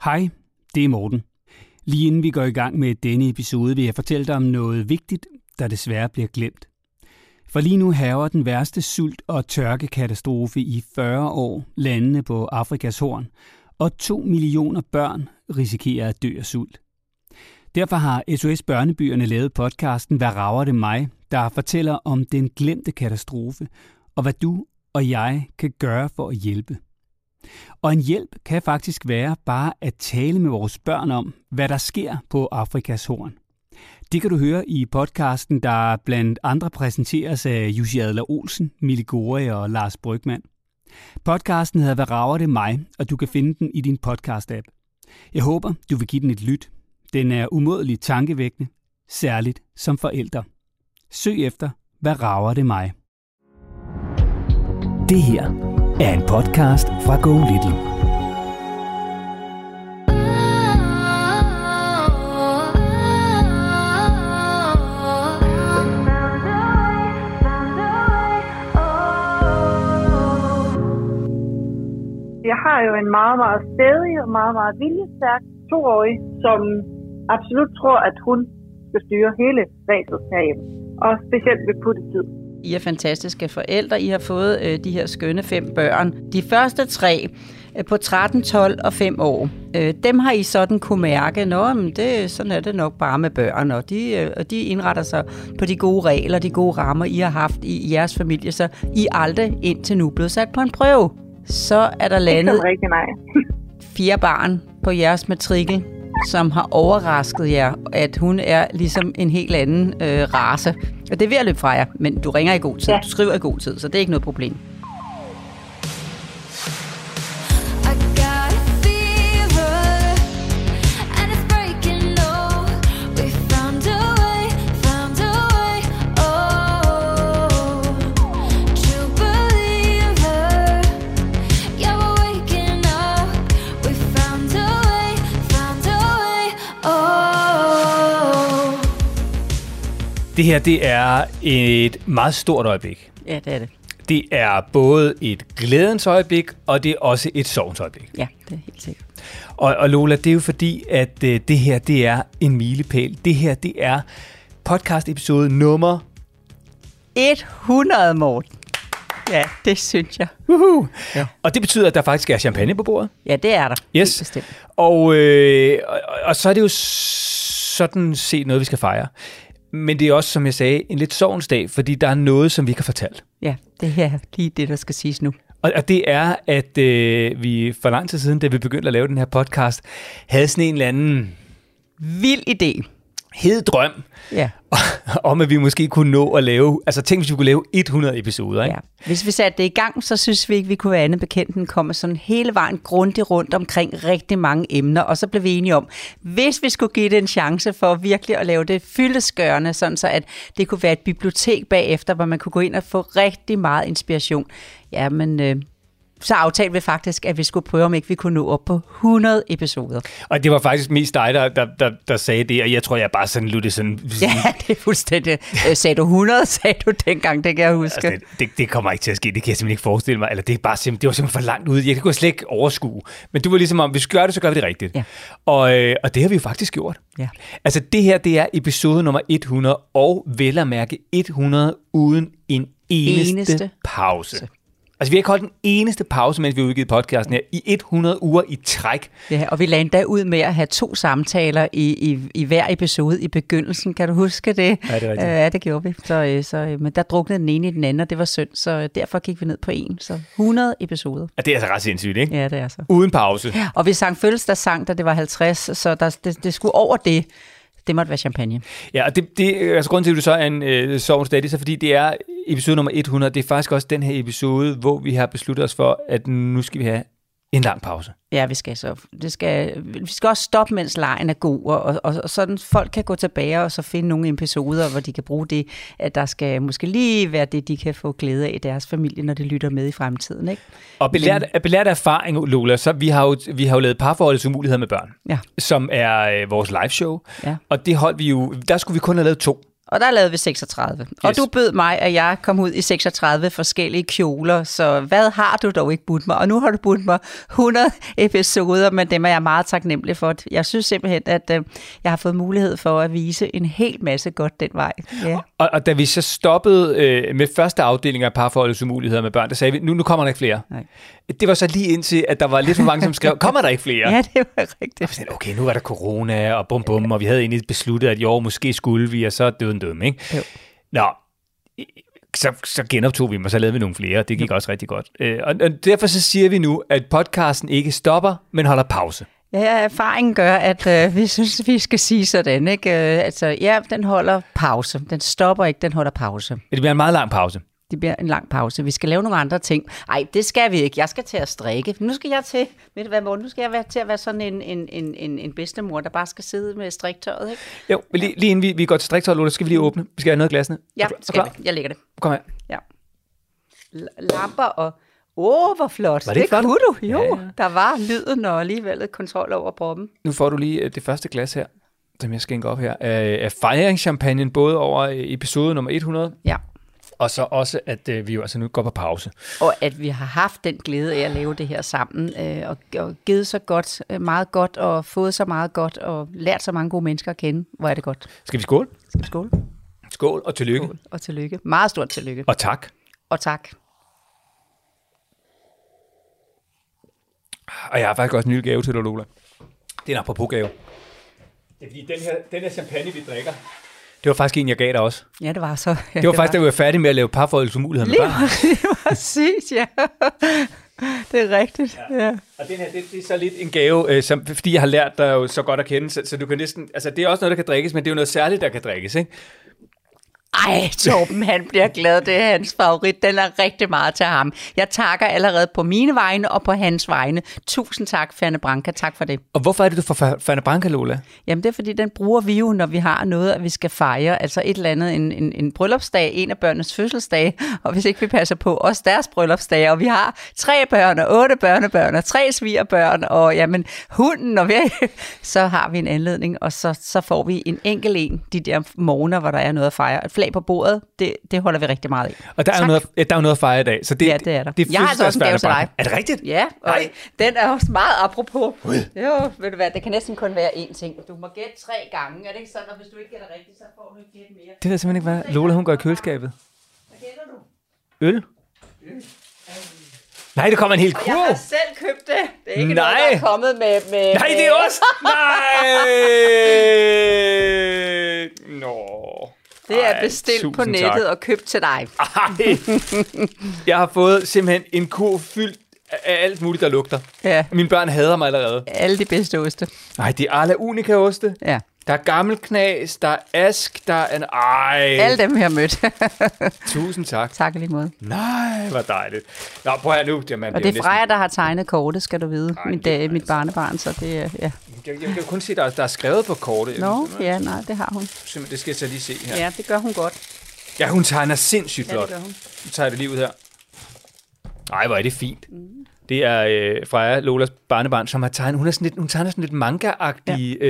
Hej, det er Morten. Lige inden vi går i gang med denne episode, vil jeg fortælle dig om noget vigtigt, der desværre bliver glemt. For lige nu hærger den værste sult- og tørkekatastrofe i 40 år landene på Afrikas Horn, og 2 millioner børn risikerer at dø af sult. Derfor har SOS Børnebyerne lavet podcasten Hvad rager det mig?, der fortæller om den glemte katastrofe, og hvad du og jeg kan gøre for at hjælpe. Og en hjælp kan faktisk være bare at tale med vores børn om, hvad der sker på Afrikas Horn. Det kan du høre i podcasten, der blandt andre præsenteres af Jussi Adler-Olsen, Mille Gore og Lars Brygmann. Podcasten hedder Hvad rager det mig?, og du kan finde den i din podcast-app. Jeg håber, du vil give den et lyt. Den er umådeligt tankevækkende, særligt som forældre. Søg efter Hvad rager det mig? Det her er en podcast fra Go Little. Jeg har jo en meget, meget stædig og meget, meget viljestærk 2-årig, som absolut tror, at hun skal styre hele ræset herhjemme. Og specielt ved puttetid. I er fantastiske forældre. I har fået de her skønne 5 børn. De første 3 på 13, 12 og 5 år, dem har I sådan kunne mærke, sådan er det nok bare med børn, og de indretter sig på de gode regler, de gode rammer, I har haft i jeres familie, så I er aldrig indtil nu blevet sat på en prøve. Så er der landet 4 barn på jeres matrikel, som har overrasket jer, at hun er ligesom en helt anden race. Og det er ved at løbe fra jer, men du ringer i god tid, Du skriver i god tid, så det er ikke noget problem. Det her, det er et meget stort øjeblik. Ja, det er det. Det er både et glædens øjeblik, og det er også et sorgens øjeblik. Ja, det er helt sikkert. Og Lola, det er jo fordi, at det her, det er en milepæl. Det her, det er podcast-episode nummer 100, Morten. Ja, det synes jeg. Ja. Og det betyder, at der faktisk er champagne på bordet. Ja, det er der. Yes. Bestemt. Og så er det jo sådan set noget, vi skal fejre. Men det er også, som jeg sagde, en lidt sorgens dag, fordi der er noget, som vi ikke har fortalt. Ja, det er lige det, der skal siges nu. Og det er, at vi for lang tid siden, da vi begyndte at lave den her podcast, havde sådan en eller anden vild idé. Hed drøm. Ja. Om at vi måske kunne nå at lave, altså tænk, hvis vi kunne lave 100 episoder, ikke? Ja. Hvis vi satte det i gang, så synes vi ikke, vi kunne være andet bekendt, den kommer sådan hele vejen grundigt rundt omkring rigtig mange emner, og så blev vi enige om, hvis vi skulle give det en chance for virkelig at lave det fyldestgørende, sådan så at det kunne være et bibliotek bagefter, hvor man kunne gå ind og få rigtig meget inspiration. Jamen, så aftalte vi faktisk, at vi skulle prøve, om ikke vi kunne nå op på 100 episoder. Og det var faktisk mest dig, der sagde det, og jeg tror, jeg bare sådan lød det sådan... Ja, det er fuldstændig... Sagde du 100, sagde du dengang, det kan jeg huske. Altså, det kommer ikke til at ske, det kan jeg simpelthen ikke forestille mig. Eller det var simpelthen for langt ude. Jeg kunne slet ikke overskue. Men du var ligesom om, hvis vi gør det, så gør vi det rigtigt. Ja. Og det har vi jo faktisk gjort. Ja. Altså det her, det er episode nummer 100, og vel at mærke 100 uden en eneste pause. Altså, vi har ikke holdt en eneste pause, mens vi har udgivet podcasten her, i 100 uger i træk. Ja, og vi lagde endda ud med at have 2 samtaler i hver episode i begyndelsen. Kan du huske det? Ja, det er rigtigt. Ja, det gjorde vi. Men der druknede den ene i den anden, og det var synd, så derfor gik vi ned på 1. Så 100 episoder. Ja, det er altså ret sindssygt, ikke? Ja, det er så. Uden pause. Ja, og vi sang fødselsdagssang, da det var 50, så det skulle over det. Det måtte være champagne. Ja, og altså grunden til, at du så er en sovnsdag, det er så fordi, det er episode nummer 100. Det er faktisk også den her episode, hvor vi har besluttet os for, at nu skal vi have en lang pause. Ja, vi skal også stoppe, mens lejen er god, og sådan folk kan gå tilbage og så finde nogle episoder, hvor de kan bruge det, at der skal måske lige være det, de kan få glæde af i deres familie, når de lytter med i fremtiden, ikke? Og belært erfaring, Lola, så vi har jo lavet parforholdets umuligheder med børn, ja, som er vores liveshow, ja, og det holdt vi jo, der skulle vi kun have lavet 2. Og der lavede vi 36. Yes. Og du bød mig, at jeg kom ud i 36 forskellige kjoler, så hvad har du dog ikke budt mig? Og nu har du budt mig 100 episoder, men dem er jeg meget taknemmelig for. Jeg synes simpelthen, at jeg har fået mulighed for at vise en hel masse godt den vej. Ja. Og da vi så stoppede med første afdeling af parforholdsumuligheder med børn, der sagde vi, nu kommer der ikke flere. Nej. Det var så lige indtil, at der var lidt for mange, som skrev, kommer der ikke flere? Ja, det var rigtigt. Og sagde, okay, nu var der corona og bum bum, og vi havde egentlig besluttet, at i år måske skulle vi, og så døden dømme, ikke? Jo. Nå, så genoptog vi dem, og så lavede vi nogle flere. Det gik også rigtig godt. Og derfor så siger vi nu, at podcasten ikke stopper, men holder pause. Ja, erfaringen gør, at vi synes, vi skal sige sådan, ikke? Den holder pause. Den stopper ikke, den holder pause. Det bliver en meget lang pause. Det bliver en lang pause. Vi skal lave nogle andre ting. Ej, det skal vi ikke. Jeg skal til at strikke. Nu skal jeg til, ved du hvad, Morten? Nu skal jeg være til at være sådan en bedstemor, der bare skal sidde med striktøjet, ikke? Jo, lige inden vi går til striktøjet, Lola, skal vi lige åbne. Vi skal have noget af glassene. Ja, skal vi. Jeg lægger det. Kom her. Ja. Lamper og... hvor flot. Var det flot? Kunne du. Jo, ja. Der var lyden og alligevel kontrol over proppen. Nu får du lige det første glas her, som jeg skænker op her, af fejringschampagnen, både over episode nummer 100. Ja. Og så også, at vi jo altså nu går på pause. Og at vi har haft den glæde af at lave det her sammen, og givet så godt, meget godt, og fået så meget godt, og lært så mange gode mennesker at kende. Hvor er det godt. Skal vi skåle? Skal vi skåle? Skål og tillykke. Skål og tillykke. Meget stort tillykke. Og tak. Og tak. Og jeg har faktisk også en ny gave til dig, Lola. Det er en apropos gave. Det er fordi, den her champagne, vi drikker, det var faktisk en, jeg gav dig også. Ja, det var så. Ja, det var faktisk, da vi var færdige med at lave parforholdsumuligheder med børn. Lige præcis, ja. Det er rigtigt, ja. Og den her, det er så lidt en gave, fordi jeg har lært dig jo så godt at kende, så du kan næsten, altså det er også noget, der kan drikkes, men det er jo noget særligt, der kan drikkes, ikke? Ej, Torben, han bliver glad. Det er hans favorit. Den er rigtig meget til ham. Jeg takker allerede på mine vegne og på hans vegne. Tusind tak, Fanny Branca. Tak for det. Og hvorfor er det, du får Fanny Branca, Lola? Jamen, det er, fordi den bruger vi jo, når vi har noget, at vi skal fejre. Altså et eller andet, en bryllupsdag, en af børnenes fødselsdage. Og hvis ikke vi passer på, også deres bryllupsdage. Og vi har 3 børn og 8 børnebørn og 3 svigerbørn. Og jamen, hunden, og så har vi en anledning. Og så får vi en enkelt en, de der morgener, hvor der er noget at fejre. Et flag på bordet, det holder vi rigtig meget af. Og der er jo noget at fejre i dag. Så det, ja, det er der. Det jeg har altså også en gave til dig. Er det rigtigt? Ja, og den er også meget apropos. Jo, ved du hvad, det kan næsten kun være én ting. Du må gætte 3 gange. Er det ikke sådan, at hvis du ikke gætter rigtigt, så får du ikke gætte mere? Det ved jeg simpelthen ikke, hvad Lola, hun går i køleskabet. Hvad gætter du? Øl? Nej, det kommer en hel kurv. Jeg har selv købt det. Det er ikke noget, der er kommet med... Nej, det er også... Nej! Nå... Det er bestilt på nettet tak. Og købt til dig. Jeg har fået simpelthen en kurv fyldt af alt muligt, der lugter. Ja. Mine børn hader mig allerede. Alle de bedste oste. Nej, det er Arla Unica oste. Ja. Der er Gammelknas, der er Ask, der er en... Alle dem, vi har mødt. Tusind tak. Tak lige måde. Nej, hvor dejligt. Nå, prøv her nu. Og det er Freja, der har tegnet kortet, skal du vide. Mit barnebarn, så det er... Ja. Jeg kan kun se, der er skrevet på kortet. Nå, ja, nej, det har hun. Det skal jeg så lige se her. Ja, det gør hun godt. Ja, hun tegner sindssygt flot. Ja, det gør hun. Nu tager jeg det lige ud her. Ej, hvor er det fint. Mm. Det er Freja, Lolas barnebarn, som har tegnet. Hun tegner sådan lidt manga-agtige,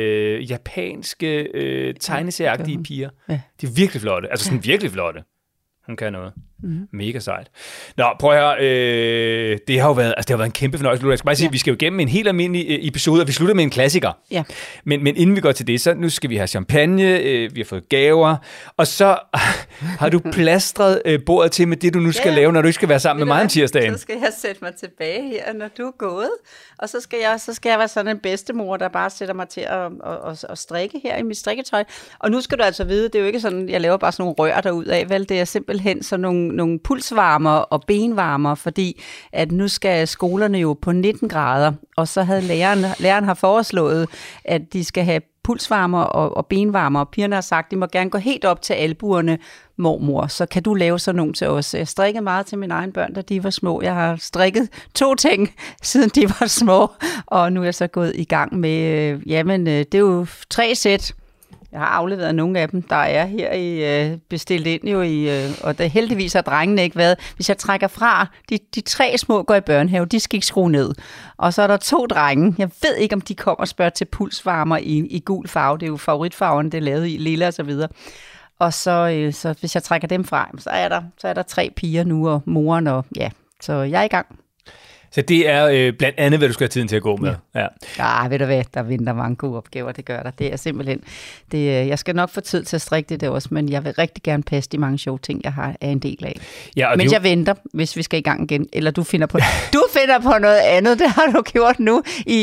japanske, tegneserieagtige piger. Ja. De er virkelig flotte. Altså sådan virkelig flotte. Hun kan noget. Mm-hmm. Mega sejt. Nå, prøv at høre. Det har jo været en kæmpe fornøjelse. Jeg skal bare sige, vi skal jo igennem en helt almindelig episode, og vi slutter med en klassiker. Ja. Men inden vi går til det, så nu skal vi have champagne, vi har fået gaver, og så har du plastret bordet til med det, du nu skal lave, når du ikke skal være sammen med mig om tirsdagen. Så skal jeg sætte mig tilbage her, når du er gået, og så skal jeg være sådan en bedstemor, der bare sætter mig til at strikke her i mit strikketøj. Og nu skal du altså vide, det er jo ikke sådan, jeg laver bare sådan nogle rør derud af, vel? Det er simpelthen sådan nogle pulsvarmer og benvarmer, fordi at nu skal skolerne jo på 19 grader, og så havde læreren har foreslået, at de skal have pulsvarmer og benvarmer, og pigerne har sagt, at de må gerne gå helt op til albuerne, mormor, så kan du lave sådan nogle til os. Jeg strikkede meget til mine egne børn, da de var små. Jeg har strikket 2 ting, siden de var små, og nu er jeg så gået i gang med, det er jo 3 sæt. Jeg har afleveret nogle af dem, der er her i bestilt ind jo i, og der heldigvis har drengene ikke været. Hvis jeg trækker fra, de 3 små går i børnehave, de skal ikke skrue ned. Og så er der 2 drenge. Jeg ved ikke, om de kommer og spørger til pulsvarmer i gul farve. Det er jo favoritfarven, det er lavet i, lilla og så videre. Og så hvis jeg trækker dem fra, så er der 3 piger nu, og moren, og ja, så jeg er i gang. Så det er blandt andet, hvad du skal have tiden til at gå med. Ja, ved du hvad, der venter mange gode opgaver, det gør der. Det er simpelthen, jeg skal nok få tid til at strikke det der også, men jeg vil rigtig gerne passe de mange sjove ting, jeg er en del af. Ja, mens jeg venter, hvis vi skal i gang igen, eller du finder på noget andet, det har du gjort nu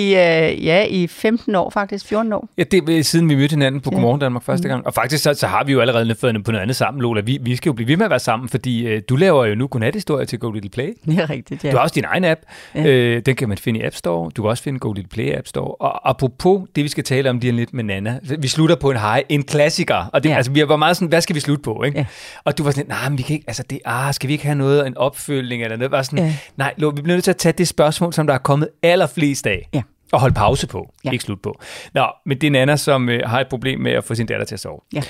i 15 år faktisk, 14 år. Ja, det er siden vi mødte hinanden på Godmorgen Danmark første gang, og faktisk så har vi jo allerede fundet på noget andet sammen, Lola. Vi skal jo blive ved med at være sammen, fordi du laver jo nu godnathistorier til Go Little Play. Det er rigtigt, ja. Du har også din egen app. Ja. Den kan man finde i App Store. Du kan også finde Go Little Play App Store. Og apropos det, vi skal tale om lige lidt med Nana. Vi slutter på en klassiker. Og det, altså, vi var meget sådan, hvad skal vi slutte på? Ikke? Ja. Og du var sådan, nej, men vi kan ikke, altså skal vi ikke have noget, en opfølgning eller noget? Var sådan, nej, vi bliver nødt til at tage det spørgsmål, som der er kommet allerflest af. Ja. Og holde pause på, ikke slut på. Nå, men det er Nana, som har et problem med at få sin datter til at sove. Ja.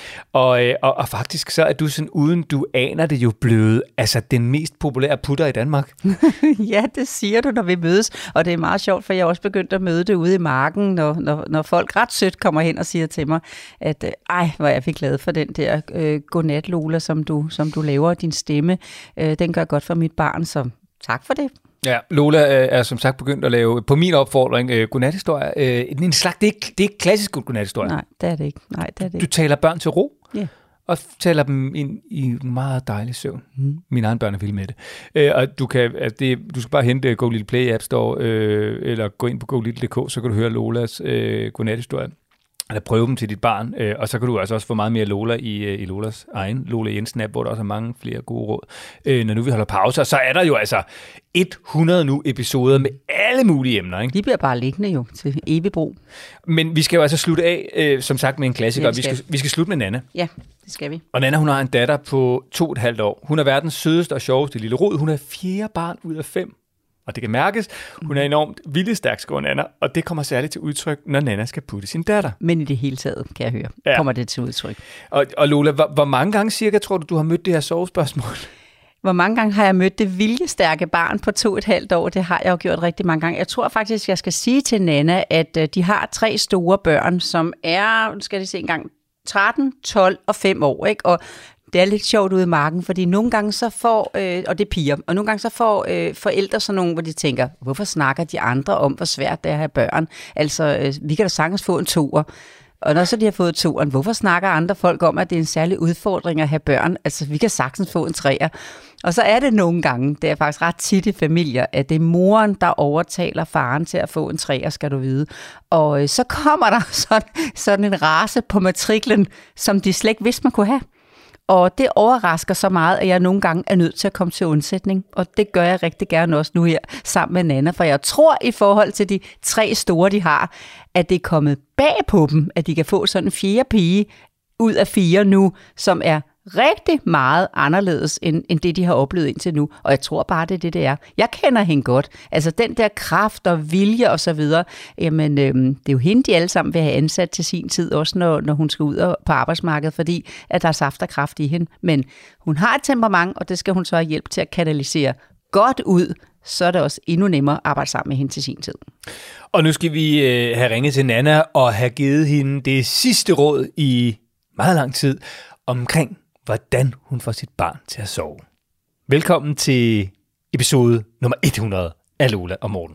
Og faktisk så er du sådan, uden du aner det jo blevet, altså den mest populære putter i Danmark. Ja, det siger du, når vi mødes. Og det er meget sjovt, for jeg er også begyndt at møde det ude i marken, når folk ret sødt kommer hen og siger til mig, at hvor er vi glade for den der godnat, Lola, som du laver, din stemme. Den gør godt for mit barn, så tak for det. Ja, Lola er som sagt begyndt at lave, på min opfordring, godnathistorier. En slags, det er ikke klassisk godnathistorier. Nej, det er det ikke. Du taler børn til ro, og taler dem ind i en meget dejlig søvn. Mine egne børn er vilde med det. Og du skal bare hente Go Little Play App Store, eller gå ind på golittle.dk, så kan du høre Lolas godnathistorier. Eller prøve dem til dit barn, og så kan du altså også få meget mere Lola i Lolas egen Lola Jensen-app, hvor der også er mange flere gode råd. Når nu vi holder pause, så er der jo altså 100 nu episoder med alle mulige emner. Ikke? De bliver bare liggende jo til evig brug. Men vi skal jo altså slutte af, som sagt, med en klassiker. Vi skal slutte med Nana. Ja, det skal vi. Og Nana, hun har en datter på 2,5 år. Hun er verdens sødeste og sjoveste lille rod. Hun er 4. barn ud af 5. Og det kan mærkes, hun er enormt viljestærk, skriver Nana, og det kommer særligt til udtryk, når Nana skal putte sin datter. Men i det hele taget, kan jeg høre, kommer det til udtryk. Og Lola, hvor mange gange cirka tror du har mødt det her sovespørgsmål? Hvor mange gange har jeg mødt det viljestærke barn på 2,5 år? Det har jeg jo gjort rigtig mange gange. Jeg tror faktisk, jeg skal sige til Nana, at de har 3 store børn, som er, skal de se engang, 13, 12 og 5 år, ikke? Og det er lidt sjovt ude i marken, fordi nogle gange så får, og det er piger, og nogle gange så får forældre sådan nogle, hvor de tænker, hvorfor snakker de andre om, hvor svært det er at have børn? Altså, vi kan da sagtens få en 2'er. Og når så de har fået 2'eren, hvorfor snakker andre folk om, at det er en særlig udfordring at have børn? Altså, vi kan sagtens få en 3'er. Og så er det nogle gange, det er faktisk ret tit i familier, at det er moren, der overtaler faren til at få en 3'er, skal du vide. Og så kommer der sådan en race på matriklen, som de slet ikke vidste, man kunne have. Og det overrasker så meget, at jeg nogle gange er nødt til at komme til undsætning. Og det gør jeg rigtig gerne også nu her sammen med Nana. For jeg tror i forhold til de 3 store, de har, at det er kommet bag på dem, at de kan få sådan en 4. pige ud af 4 nu, som er rigtig meget anderledes end det, de har oplevet indtil nu. Og jeg tror bare, det er. Jeg kender hende godt. Altså den der kraft og vilje og så videre, jamen det er jo hende, de alle sammen vil have ansat til sin tid, også når hun skal ud på arbejdsmarkedet, fordi at der er saft og kraft i hende. Men hun har et temperament, og det skal hun så have hjælp til at kanalisere godt ud, så er det også endnu nemmere at arbejde sammen med hende til sin tid. Og nu skal vi have ringet til Nana og have givet hende det sidste råd i meget lang tid omkring hvordan hun får sit barn til at sove. Velkommen til episode nummer 100 af Lola og Morten.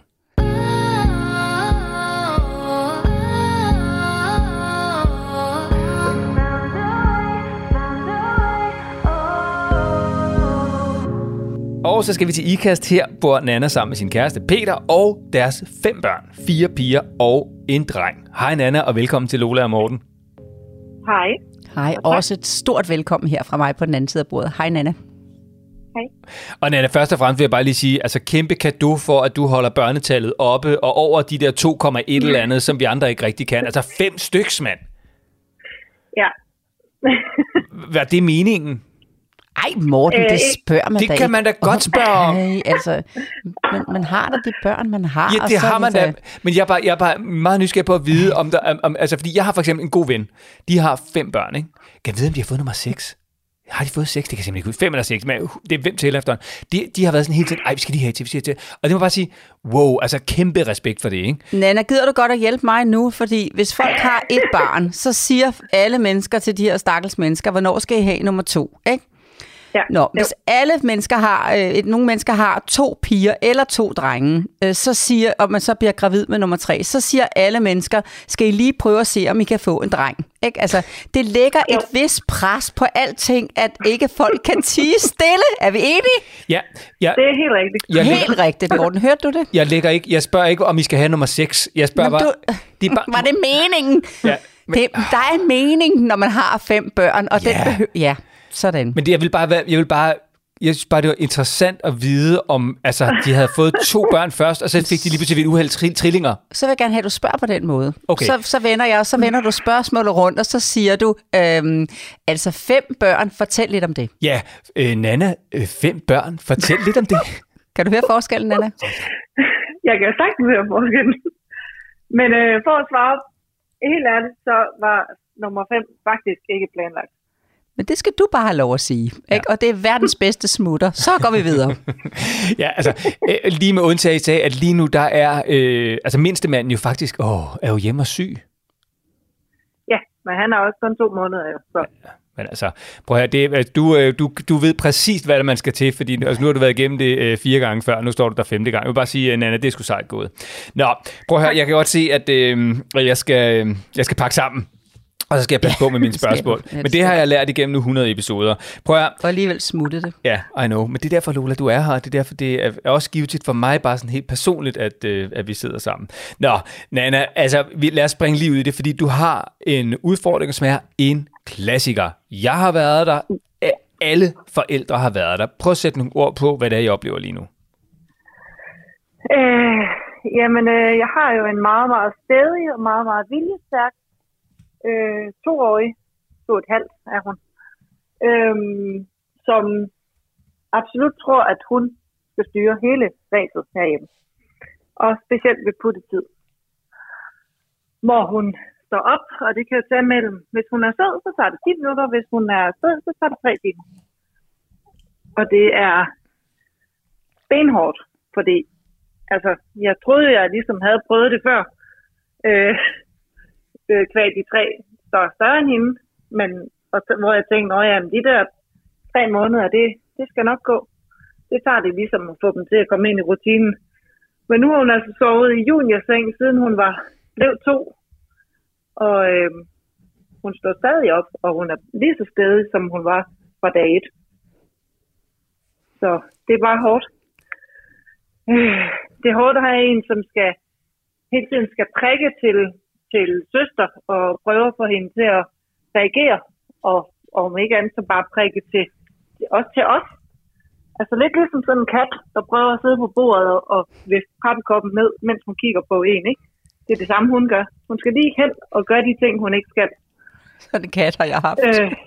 Og så skal vi til IKAST. Her bor Nana sammen med sin kæreste Peter og deres 5 børn. 4 piger og en dreng. Hej Nana, og velkommen til Lola og Morten. Hej. Hej, også et stort velkommen her fra mig på den anden side af bordet. Hej Nana. Hej. Og Nana, først og fremmest vil jeg bare lige sige, altså kæmpe cadeau for, at du holder børnetallet oppe og over de der 2,1 eller andet, som vi andre ikke rigtig kan. Altså 5 styks, mand. Ja. Hvad er det meningen? Ej, Morten, det spørger man det da kan ikke. Man da godt spørge om. Altså, man har da de børn, man har. Ja, det har man da. Men jeg er bare meget nysgerrig på at vide, altså fordi jeg har for eksempel en god ven. De har 5 børn, ikke? Kan jeg vide, om de har fået nummer 6? Har de fået 6? Det kan simpelthen ikke ud. 5 eller 6, men det er 5 til efter. De har været sådan hele tiden, vi skal lige have til, vi skal til. Og det må bare sige, wow, altså kæmpe respekt for det, ikke? Nana, gider du godt at hjælpe mig nu? Fordi hvis folk har et barn, så siger alle mennesker til de her stakkels mennesker, hvornår skal I have nummer 2, ikke? Ja. Hvis alle mennesker har, nogle mennesker har 2 piger eller 2 drenge, så siger, og man så bliver gravid med nummer 3, så siger alle mennesker, skal I lige prøve at se, om I kan få en dreng. Ikke? Altså, det lægger et vist pres på alting, at ikke folk kan tie stille. Er vi enige? Ja. Det er helt rigtigt. Helt rigtigt, Morten. Hørte du det? Jeg spørger ikke, om I skal have nummer 6. Jeg spørger bare... Var det meningen? Ja, men, der er en mening, når man har 5 børn, og den behøver... Ja. Sådan. Men jeg synes bare, det var interessant at vide, om de havde fået 2 børn først, og så fik de lige pludselig en uheld trillinger. Så vil jeg gerne have, at du spørger på den måde. Okay. Så vender du spørgsmålet rundt, og så siger du, 5 børn, fortæl lidt om det. Ja, Nana, 5 børn, fortæl lidt om det. Kan du høre forskellen, Nana? Jeg kan sagtens høre forskellen. Men for at svare helt ærligt, så var nummer 5 faktisk ikke planlagt. Men det skal du bare have lov at sige, ikke? Og det er verdens bedste smutter. Så går vi videre. Ja, lige med undtagelse af, at lige nu der er, mindstemanden jo faktisk, er jo hjemme og syg. Ja, men han er også kun 2 måneder. Så. Ja, men prøv at høre, du ved præcis, hvad man skal til, fordi nu har du været igennem det 4 gange før, nu står du der 5. gang. Jeg vil bare sige, Nana, det er sgu sejt gået. Nå, prøv at høre, jeg kan godt se, at jeg skal pakke sammen. Og så skal jeg passe på med mine spørgsmål. Men det har jeg lært igennem nu 100 episoder. Prøv at... Og alligevel smutte det. Ja, I know. Men det er derfor, Lola, du er her. Det er derfor, det er også givet for mig bare sådan helt personligt, at vi sidder sammen. Nå, Nana, lad os springe lige ud i det, fordi du har en udfordring, som er en klassiker. Jeg har været der. Alle forældre har været der. Prøv at sætte nogle ord på, hvad det er, I oplever lige nu. Jeg har jo en meget, meget stædig og meget, meget viljestærk 2-årig, 2,5 er hun, som absolut tror, at hun skal styre hele ræset herhjemme. Og specielt ved puttetid. Hvor hun står op, og det kan jo tage mellem, hvis hun er sød, så tager det 10 minutter, hvis hun er sød, så tager det 3 timer. Og det er benhårdt, fordi jeg troede, jeg ligesom havde prøvet det før. Kvad de 3 står større end hende, men hvor jeg tænkte, de der 3 måneder, det skal nok gå. Det tager det ligesom at få dem til at komme ind i rutinen. Men nu har hun altså sovet i juniorseng, siden hun blev 2. Og hun står stadig op, og hun er lige så stedig, som hun var fra dag 1. Så det er bare hårdt. Det er hårdt at have en, som hele tiden skal prikke til søster og prøve at få hende til at reagere, og om ikke andet så bare prikke til os. Altså lidt ligesom sådan en kat, der prøver at sidde på bordet og vifte pappekoppen ned, mens hun kigger på en, ikke? Det er det samme, hun gør. Hun skal lige hen og gøre de ting, hun ikke skal. Sådan en kat har jeg haft.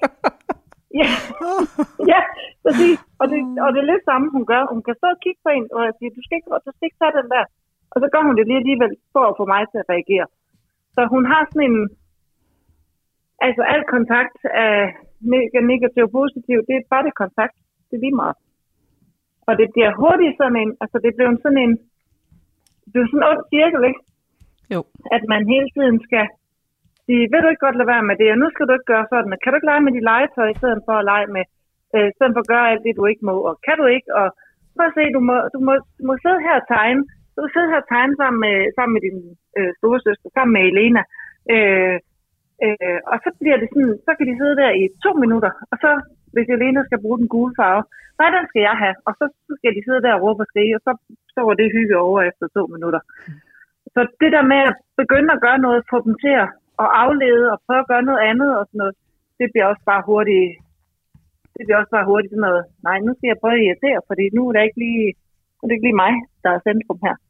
Ja, præcis. Og det er lidt samme, hun gør. Hun kan stå og kigge på en, og jeg siger, du skal ikke tage den der. Og så gør hun det lige alligevel for at få mig til at reagere. Så hun har sådan en... al kontakt er negativ og positiv. Det er bare det kontakt. Det er lige meget. Og det bliver hurtigt sådan en... det bliver sådan en ond cirkel, ikke? Jo. At man hele tiden skal sige, vil du ikke godt lade være med det, og nu skal du ikke gøre sådan. Kan du ikke lege med de legetøj, i stedet for at lege med... I stedet for at gøre alt det, du ikke må. Og kan du ikke? Og prøv at se, du må sidde her og tegne. Du sidder her og tegne sammen med din storesøster, sammen med Elena. Og så bliver det sådan, så kan de sidde der i 2 minutter, og så, hvis Elena skal bruge den gule farve, nej, den skal jeg have, og så skal de sidde der og råbe og skrige, og så var det hygge over efter 2 minutter. Så det der med at begynde at gøre noget, få dem til at aflede, og prøve at gøre noget andet, og sådan noget, det bliver også bare hurtigt sådan noget, nej, nu skal jeg prøve at irritere, fordi nu er det ikke lige mig, der er centrum her.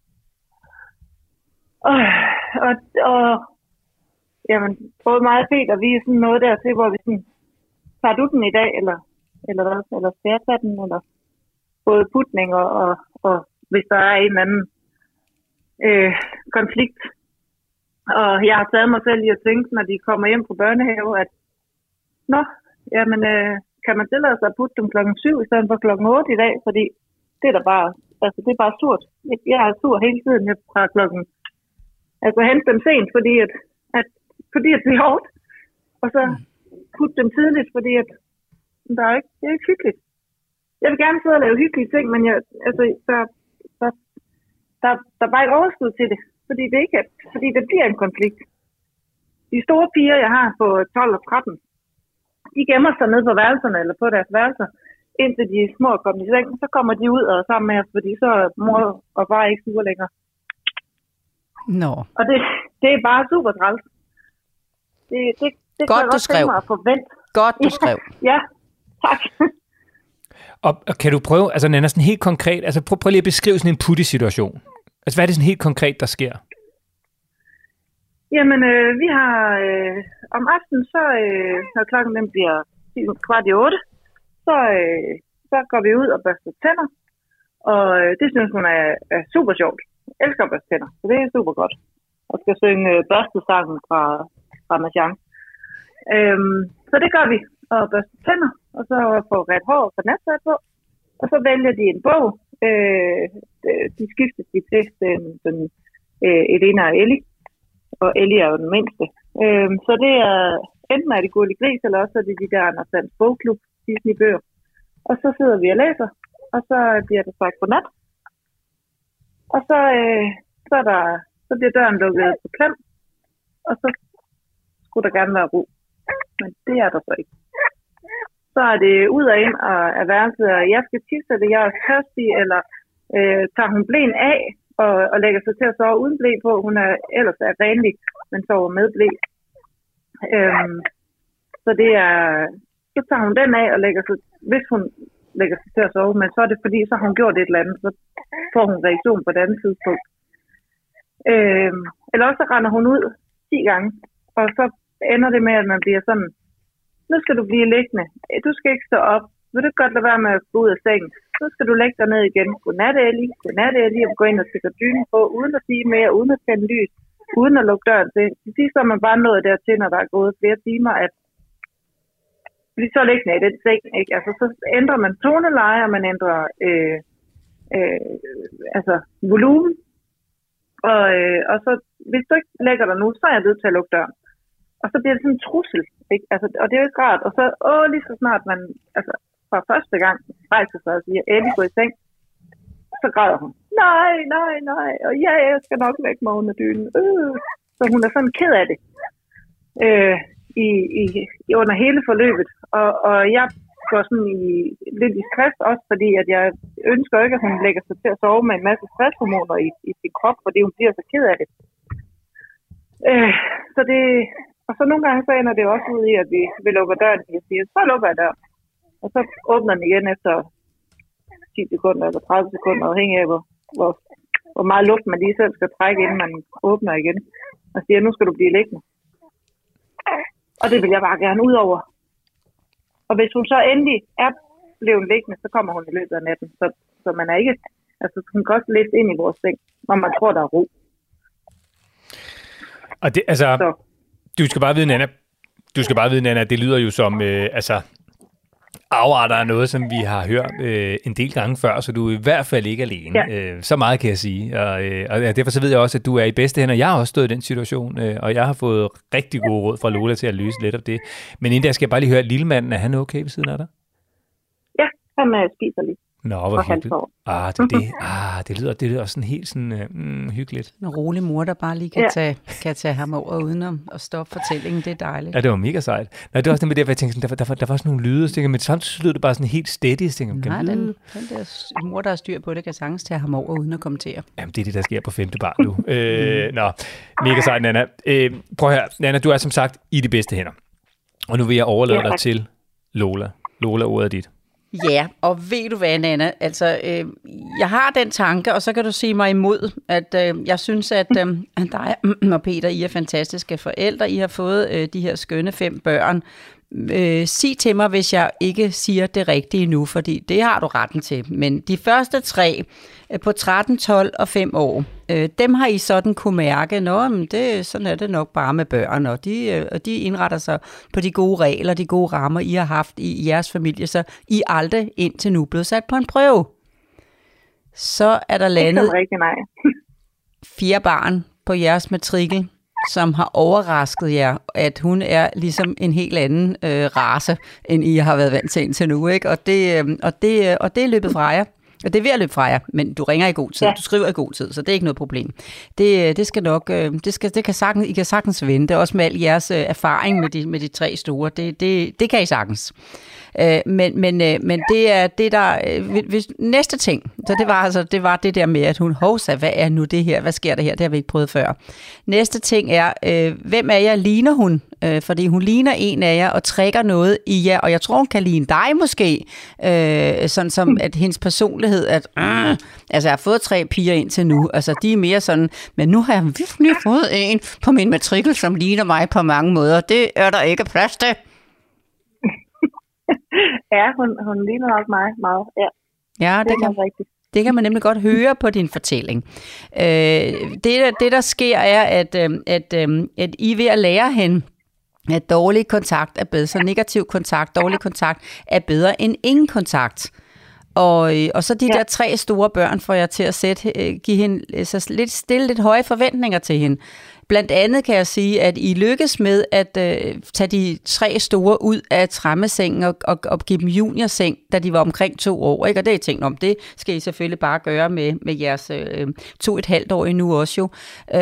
Og jamen, både meget fint, og vi er sådan noget der til, hvor vi sådan, tager du den i dag, eller hvad, eller skal jeg tage den, eller både putning, og hvis der er en eller anden konflikt. Og jeg har taget mig selv i at tænke, når de kommer hjem fra børnehave, at jamen, kan man tillade sig at putte dem 7:00 i stedet for 8:00 i dag, fordi det er da bare, altså det er bare surt. Jeg er sur hele tiden fra klokken. Jeg kunne hente dem sent, fordi det er hårdt. Og så putte dem tidligt, fordi det er ikke hyggeligt. Jeg vil gerne sidde og lave hyggelige ting, men der er bare ikke overskud til det, fordi det bliver en konflikt. De store piger, jeg har på 12 og 13, de gemmer sig nede på værelserne eller på deres værelser, indtil de små er kommet i seng. Så kommer de ud og sammen med os, fordi så er mor og far ikke sure længere. Nå. Og det er bare super træls. Det godt, kan du skrev. Mig at forvente. Godt, du skrev. Ja, tak. Og kan du prøve, altså Nanna, sådan helt konkret, altså prøv lige at beskrive sådan en puttesituation. Altså hvad er det sådan helt konkret, der sker? Jamen, vi har om aftenen, så når klokken den bliver 7:15, så går vi ud og børster tænder. Og det synes hun er super sjovt. Jeg elsker at børste tænder, så det er super godt. Og skal synge børstesangen fra Machan. Så det gør vi, og børste tænder, og så får ret hår og natsat på. Og så vælger de en bog. De skiftes de til Elena og Ellie. Og Ellie er jo den mindste. Så det er enten er det Gurli Gris, eller også er det de der Anders Sands Bogklub, Disney-bøger. Og så sidder vi og læser, og så bliver der sagt godnat. Og så bliver døren lukket på klem, og så skulle der gerne være ro. Men det er der så ikke. Så er det ud og ind af værelset, og jeg skal tisse, eller jeg er tørstig, eller tager hun blæen af, og lægger sig til at sove uden blæ på. Hun er ellers renlig, men sover med blæ. Så det er, så tager hun den af og lægger sig, hvis hun lægger sig til at sove, men så er det fordi, så har hun gjort et eller andet, så får hun reaktion på et andet tidspunkt. Eller også så render hun ud 10 gange, og så ender det med, at man bliver sådan, nu skal du blive liggende, du skal ikke stå op, vil du godt lade være med at gå ud af sengen, så skal du lægge dig ned igen, godnat Ellie, og gå ind og stikke dynen på, uden at sige mere, uden at tænde lys, uden at lukke døren til. Til sidst er man bare nået dertil, når der er gået flere timer, at blive så liggende i den seng, ikke? Altså, så ændrer man toneleje, og man ændrer volumen, og så, hvis du ikke lægger dig nu, så er jeg nødt til at lukke døren. Og så bliver det sådan en trussel, ikke? Altså, og det er jo ikke rart. Og så, lige så snart man, altså, fra første gang rejser sig og siger, Ellie, gå i seng, så græder hun. Nej, og ja, jeg skal nok lægge mig under dynen. Så hun er sådan ked af det. Under hele forløbet. Og jeg går sådan lidt i stress også, fordi at jeg ønsker ikke, at hun lægger sig til at sove med en masse stresshormoner i sin krop, fordi hun bliver så ked af det. Og så nogle gange så ender det også ud i, at vi lukker døren, og jeg siger, så lukker jeg døren. Og så åbner den igen efter 10 sekunder eller 30 sekunder, afhængig af hvor meget luft man lige selv skal trække, inden man åbner igen. Og siger, nu skal du blive liggende. Og det vil jeg bare gerne ud over. Og hvis hun så endelig er blevet liggende, så kommer hun i løbet af natten. Så man er ikke, altså hun kan også læse ind i vores seng, når man tror, der er ro. Og det, altså, du skal bare vide, Nanna, det lyder jo som, afarter af noget, som vi har hørt en del gange før, så du er i hvert fald ikke alene. Ja. Så meget kan jeg sige. Og derfor så ved jeg også, at du er i bedste hænder. Jeg har også stået i den situation, og jeg har fået rigtig gode råd fra Lola til at løse lidt af det. Men inden der skal jeg bare lige høre, lillemanden, er han okay ved siden af dig? Ja, han spiser lige. Nå, hvor hyggeligt. Det lyder sådan helt sådan hyggeligt. En rolig mor, der bare lige kan tage ham over uden at stoppe fortællingen. Det er dejligt. Ja, det var mega sejt. Nej, det var også det med det, jeg tænkte, der var sådan nogle lyde, men samtidig lød det bare sådan helt steady. Nej, den der mor, der har styr på det, kan sagtens tage ham over uden at kommentere. Jamen, det er det, der sker på 5. barn nu. Mega sejt, Nanna. Prøv her, Nanna, du er som sagt i de bedste hænder. Og nu vil jeg overlade dig til Lola. Lola, ordet er dit. Ja, og ved du hvad, Nanna, altså, jeg har den tanke, og så kan du sige mig imod, at jeg synes, at dig og Peter, I er fantastiske forældre. I har fået de her skønne 5 børn. Sig til mig, hvis jeg ikke siger det rigtige nu, fordi det har du retten til. Men de første 3 på 13, 12 og 5 år, Dem har I sådan kunne mærke, sådan er det nok bare med børn, og de indretter sig på de gode regler, de gode rammer, I har haft i jeres familie, så I aldrig indtil nu blevet sat på en prøve. Så er der landet 4 barn på jeres matrikel, som har overrasket jer, at hun er ligesom en helt anden race, end I har været vant til indtil nu, ikke? Og det er løbet fra jer. Og det er ved at løbe fra jer, men du ringer i god tid, du skriver i god tid, så det er ikke noget problem. Det skal nok, I kan sagtens vente, også med al jeres erfaring med de 3 store, det kan I sagtens. Men det er det der næste ting. Så det var det der med at hun hovsa, hvad er nu det her? Hvad sker der her? Det har vi ikke prøvet før. Næste ting er hvem af jer ligner hun? Fordi hun ligner en af jer og trækker noget i jer, og jeg tror hun kan ligne dig måske. Sådan som at hendes personlighed altså jeg har fået 3 piger indtil nu. Altså de er mere sådan, men nu har jeg virkelig fået en på min matrikel, som ligner mig på mange måder. Det er der ikke plads til. Ja, hun ligner nok mig meget. Ja, det kan man nemlig godt høre på din fortælling. Det der sker er, at I er ved at lære hende, at dårlig kontakt er bedre, så negativ kontakt, dårlig kontakt er bedre end ingen kontakt. Og så de der 3 store børn får jeg til at give hende stille lidt høje forventninger til hende. Blandt andet kan jeg sige, at I lykkes med at tage de 3 store ud af trammesengen og give dem juniorseng, da de var omkring 2 år. Ikke? Og det er jeg tænkt om, det skal I selvfølgelig bare gøre med jeres 2,5-årige nu også jo.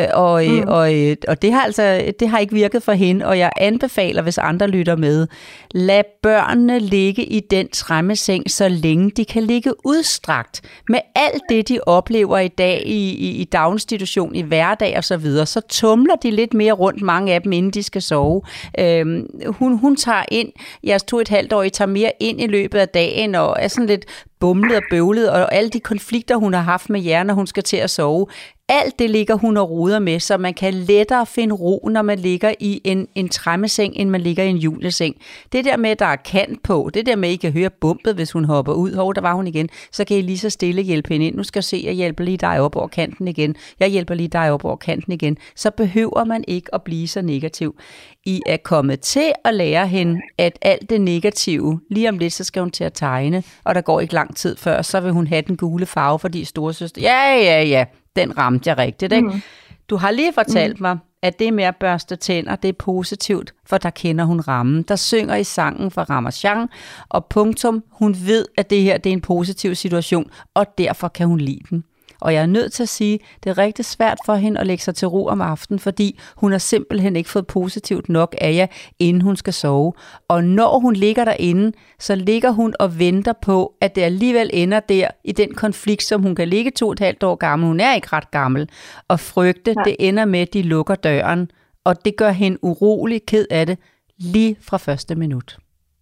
Og det har ikke virket for hende, og jeg anbefaler, hvis andre lytter med, lad børnene ligge i den trammeseng, så længe de kan ligge udstrakt. Med alt det, de oplever i dag i daginstitution, i hverdag og så videre, så tumler de lidt mere rundt, mange af dem, inden de skal sove. Hun tager ind, jeres 2,5-årige tager mere ind i løbet af dagen, og er sådan lidt bumlet og bøvlet, og alle de konflikter, hun har haft med jer, når hun skal til at sove, alt det ligger hun og roder med, så man kan lettere finde ro, når man ligger i en trammeseng, end man ligger i en juleseng. Det der med, at der er kant på, det der med, at I kan høre bumpet, hvis hun hopper ud, der var hun igen, så kan I lige så stille hjælpe hende ind. Nu skal jeg se, jeg hjælper lige dig op over kanten igen. Jeg hjælper lige dig op over kanten igen. Så behøver man ikke at blive så negativ. I er kommet til at lære hende, at alt det negative, lige om lidt, så skal hun til at tegne, og der går ikke lang tid før, så vil hun have den gule farve, fordi storesøster, ja, den ramte jeg rigtigt, ikke? Du har lige fortalt mig, at det med at børste tænder, det er positivt, for der kender hun rammen. Der synger i sangen fra Ramachan, og punktum, hun ved, at det her det er en positiv situation, og derfor kan hun lide den. Og jeg er nødt til at sige, at det er rigtig svært for hende at lægge sig til ro om aftenen, fordi hun har simpelthen ikke fået positivt nok af jer, inden hun skal sove. Og når hun ligger derinde, så ligger hun og venter på, at det alligevel ender der i den konflikt, som hun kan ligge 2,5 år gammel. Hun er ikke ret gammel. Og frygte, det ender med, at de lukker døren. Og det gør hende urolig, ked af det, lige fra første minut.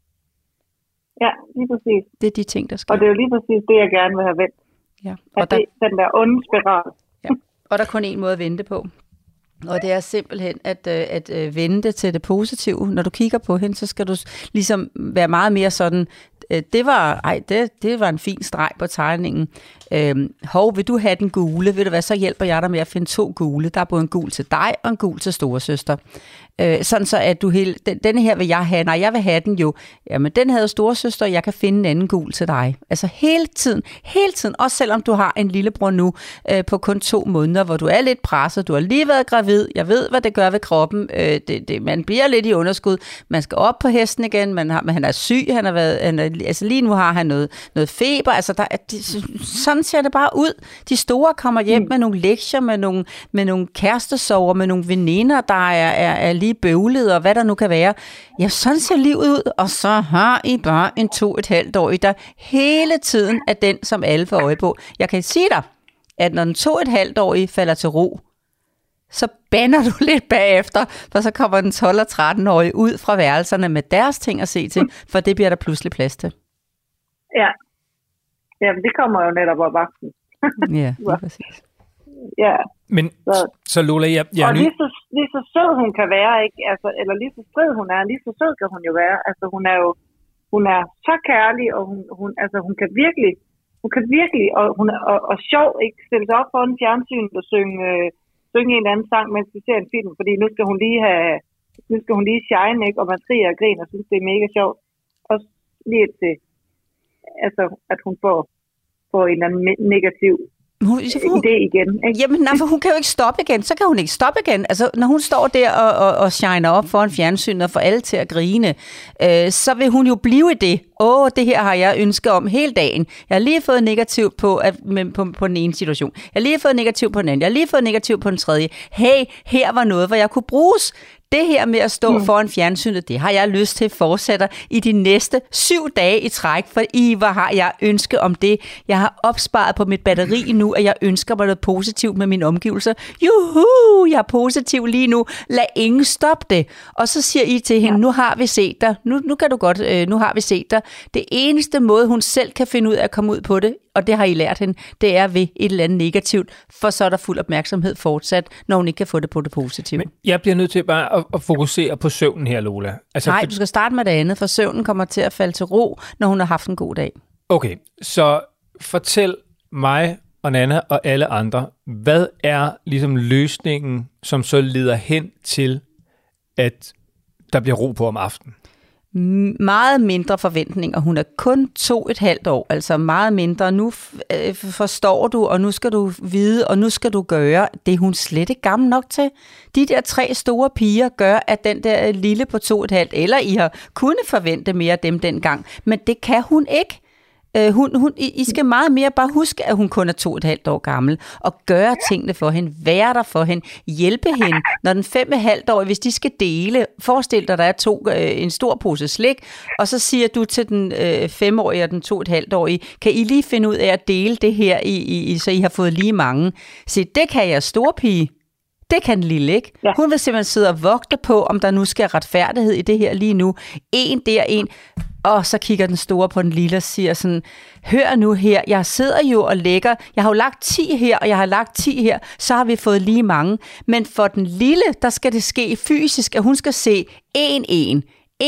Ja, lige præcis. Det er de ting, der sker. Og det er jo lige præcis det, jeg gerne vil have vendt. Ja. Og den der onde spiral. Ja. Og der er kun én måde at vente på. Og det er simpelthen at vente til det positive. Når du kigger på hende, så skal du ligesom være meget mere sådan, det var en fin streg på tegningen. Vil du have den gule? Ved du hvad, så hjælper jeg dig med at finde 2 gule. Der er både en gul til dig og en gul til storesøster. Sådan så at du denne her vil jeg have. Nej, jeg vil have den jo. Jamen den havde storesøster, jeg kan finde en anden gul til dig. Altså hele tiden, også selvom du har en lillebror nu på kun 2 måneder, hvor du er lidt presset, du har lige været gravid, jeg ved hvad det gør ved kroppen, man bliver lidt i underskud, man skal op på hesten igen, men han er syg, altså lige nu har han noget feber, altså sådan ser det bare ud. De store kommer hjem med nogle lektier, med nogle kærestesover, med nogle veninder, der er lige bøvlet, og hvad der nu kan være. Ja, sådan ser livet ud, og så har I bare en 2,5-årig, der hele tiden er den, som alle får øje på. Jeg kan sige dig, at når den 2,5-årige falder til ro, så bander du lidt bagefter, for så kommer den 12- og 13-årige ud fra værelserne med deres ting at se til, for det bliver der pludselig plads til. Ja. Jamen, det kommer jo netop op aftenen. Ja, lige præcis. Ja. Men så Lola, og lige så sød hun kan være, ikke? Altså, eller lige så strid hun er, lige så sød kan hun jo være. Altså, hun er så kærlig, og hun kan virkelig Hun kan virkelig, og hun er og sjov, ikke stille sig op foran fjernsynet og synge en eller anden sang, mens vi ser en film, fordi nu skal hun lige shine, ikke? Og man skriger og griner og synes, det er mega sjovt. Og lige til, altså, at hun får en eller anden negativ idé igen. Ikke? Jamen, nej, for hun kan jo ikke stoppe igen. Så kan hun ikke stoppe igen. Altså, når hun står der og shiner op foran fjernsynet og får alle til at grine, så vil hun jo blive i det. Det her har jeg ønsket om hele dagen. Jeg har lige fået negativt på den ene situation. Jeg har lige fået negativt på den anden. Jeg har lige fået negativt på den tredje. Hey, her var noget, hvor jeg kunne bruges. Det her med at stå foran fjernsynet, det har jeg lyst til fortsætter i de næste 7 dage i træk, for hvor har jeg ønske om det. Jeg har opsparet på mit batteri nu, at jeg ønsker mig noget positivt med mine omgivelser. Juhu, jeg er positiv lige nu. Lad ingen stoppe det. Og så siger I til hende, nu har vi set dig. Nu kan du godt, nu har vi set dig. Det eneste måde, hun selv kan finde ud af at komme ud på det, og det har I lært hende, det er ved et eller andet negativt, for så er der fuld opmærksomhed fortsat, når hun ikke kan få det på det positive. Men jeg bliver nødt til bare at fokusere på søvnen her, Lola. Altså, nej, du skal starte med det andet, for søvnen kommer til at falde til ro, når hun har haft en god dag. Okay, så fortæl mig og Nanna og alle andre, hvad er ligesom løsningen, som så leder hen til, at der bliver ro på om aftenen? Meget mindre forventninger. Hun er kun 2,5 år, altså meget mindre. Nu forstår du, og nu skal du vide, og nu skal du gøre. Det er hun slet ikke gammel nok til. De der 3 store piger gør, at den der lille på 2,5, eller I har kunnet forvente mere af dem dengang, men det kan hun ikke. I skal meget mere bare huske, at hun kun er 2,5 år gammel, og gøre tingene for hende, være der for hende, hjælpe hende. Når den 5,5-årige, hvis de skal dele, forestil dig, der er en stor pose slik, og så siger du til den 5-årige og den 2,5-årige, kan I lige finde ud af at dele det her, så I har fået lige mange? Så det kan jeg, storpige. Det kan den lille ikke. Ja. Hun vil simpelthen sidde og vogte på, om der nu skal retfærdighed i det her lige nu. En. Og så kigger den store på den lille og siger sådan, hør nu her, jeg sidder jo og lægger, jeg har jo lagt 10 her, og jeg har lagt 10 her, så har vi fået lige mange. Men for den lille, der skal det ske fysisk, at hun skal se 1.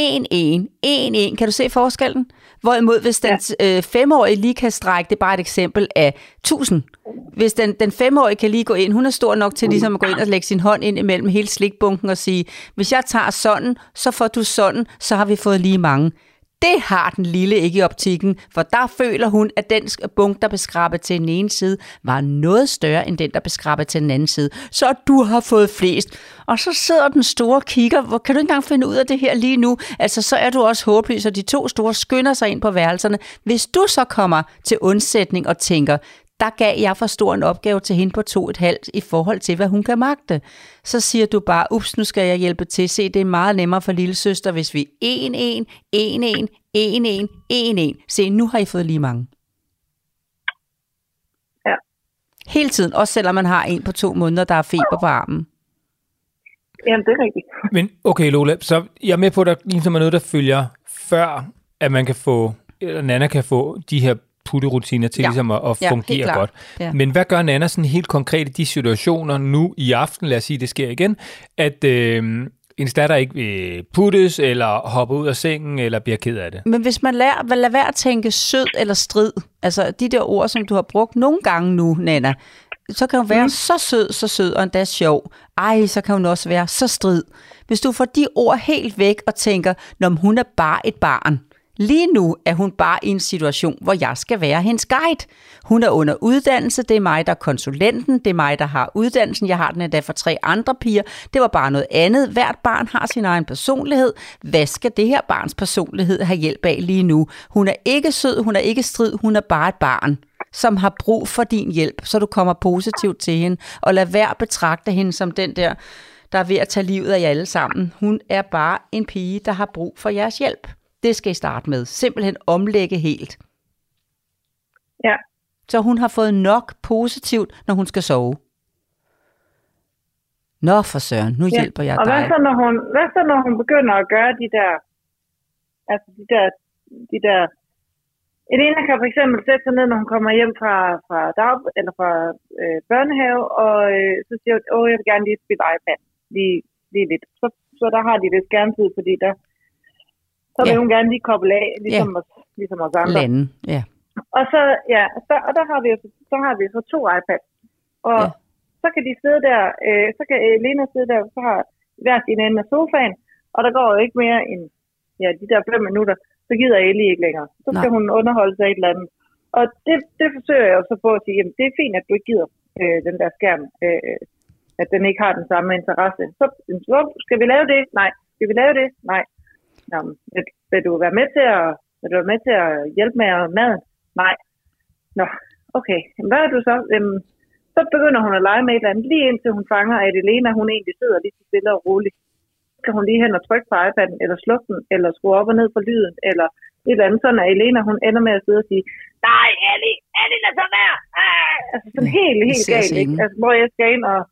Kan du se forskellen? Hvorimod, hvis den 5-årige lige kan strække, det er bare et eksempel af 1000. Hvis den 5-årige kan lige gå ind, hun er stor nok til ligesom at gå ind og lægge sin hånd ind imellem hele slikbunken og sige, hvis jeg tager sådan, så får du sådan, så har vi fået lige mange. Det har den lille ikke i optikken, for der føler hun, at den bunke, der blev skrabet til den ene side, var noget større end den, der blev skrabet til den anden side. Så du har fået flest. Og så sidder den store og kigger, hvor kan du ikke engang finde ud af det her lige nu? Altså, så er du også håbløs, og de 2 store skynder sig ind på værelserne. Hvis du så kommer til undsætning og tænker, der gav jeg for stor en opgave til hende på 2,5 i forhold til, hvad hun kan magte. Så siger du bare, ups, nu skal jeg hjælpe til. Se, det er meget nemmere for lille søster, hvis vi 1. Se, nu har I fået lige mange. Ja. Hele tiden, også selvom man har en på 2 måneder, der er feber på armen. Jamen, det er rigtigt. Men okay, Lola, så jeg er med på, at der ligesom er noget, der følger, før at man kan få, eller Nanna kan få de her putterutiner til ligesom at fungere godt. Ja. Men hvad gør Nanna sådan helt konkret i de situationer nu i aften, lad os sige, det sker igen, at ens datter ikke vil puttes, eller hopper ud af sengen, eller bliver ked af det? Men hvis man lader være at tænke sød eller strid, altså de der ord, som du har brugt nogle gange nu, Nanna, så kan hun være så sød, og endda sjov. Så kan hun også være så strid. Hvis du får de ord helt væk og tænker, når hun er bare et barn. Lige nu er hun bare i en situation, hvor jeg skal være hendes guide. Hun er under uddannelse, det er mig, der er konsulenten, det er mig, der har uddannelsen, jeg har den endda for 3 andre piger. Det var bare noget andet. Hvert barn har sin egen personlighed. Hvad skal det her barns personlighed have hjælp af lige nu? Hun er ikke sød, hun er ikke strid, hun er bare et barn, som har brug for din hjælp, så du kommer positivt til hende, og lad være at betragte hende som den der er ved at tage livet af jer alle sammen. Hun er bare en pige, der har brug for jeres hjælp. Det skal I starte med. Simpelthen omlægge helt. Ja. Så hun har fået nok positivt, når hun skal sove. Nå for søren, nu hjælper jeg dig. Og hvad så, når hun begynder at gøre de der en ene kan for eksempel sætte sig ned, når hun kommer hjem fra børnehave, og så siger hun, jeg vil gerne lige spille iPad lige lidt. Så der har de det skærmtid, fordi så vil hun gerne lige koble af, ligesom os andre. Lande, ja. Og så, ja, og der har vi så 2 iPads. Og så kan de sidde der, så kan Elena sidde der, så har hver sin ende af sofaen, og der går jo ikke mere end de der 5 minutter, så gider Ellie ikke længere. Så skal hun underholde sig et eller andet. Og det forsøger jeg jo så på at sige, jamen det er fint, at du ikke gider den der skærm, at den ikke har den samme interesse. Så skal vi lave det? Nej. Skal vi lave det? Nej. Jamen, vil du være med til at hjælpe med maden? Nej. Nå, okay. Jamen, hvad er du så? Så begynder hun at lege med et eller andet, lige indtil hun fanger, at Elena, hun egentlig sidder lige så stille og roligt. Så kan hun lige hen og trykke på iPad'en, eller slukke den, eller skrue op og ned på lyden, eller et eller andet. Sådan at Elena, hun ender med at sidde og sige, nej, Ellie, lad så være! Altså sådan helt galt, ikke? Altså, hvor jeg skal ind og,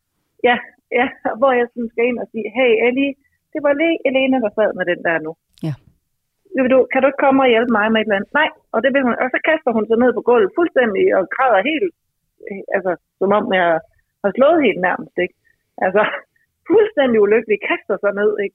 hvor jeg sådan skal ind og sige, hey Ellie, det var lige Elena, der sad med den der nu. Ja. Kan du ikke komme og hjælpe mig med et eller andet? Nej, og det vil hun. Og så kaster hun sig ned på gulvet fuldstændig og græder helt, altså som om jeg har slået helt nærmest, ikke? Altså fuldstændig ulykkelig, kaster sig ned, ikke?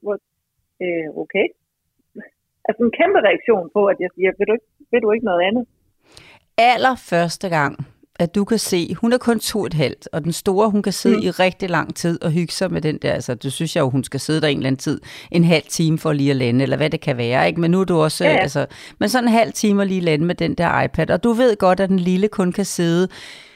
Okay. Altså en kæmpe reaktion på, at jeg siger, vil du ikke noget andet? Allerførste gang, at du kan se, hun er kun 2,5, og den store, hun kan sidde i rigtig lang tid og hygge sig med den der, altså du synes jo, hun skal sidde der en eller anden tid, en halv time for lige at lande, eller hvad det kan være, ikke? Men nu er du også, altså, men sådan en halv time at lige lande med den der iPad, og du ved godt, at den lille kun kan sidde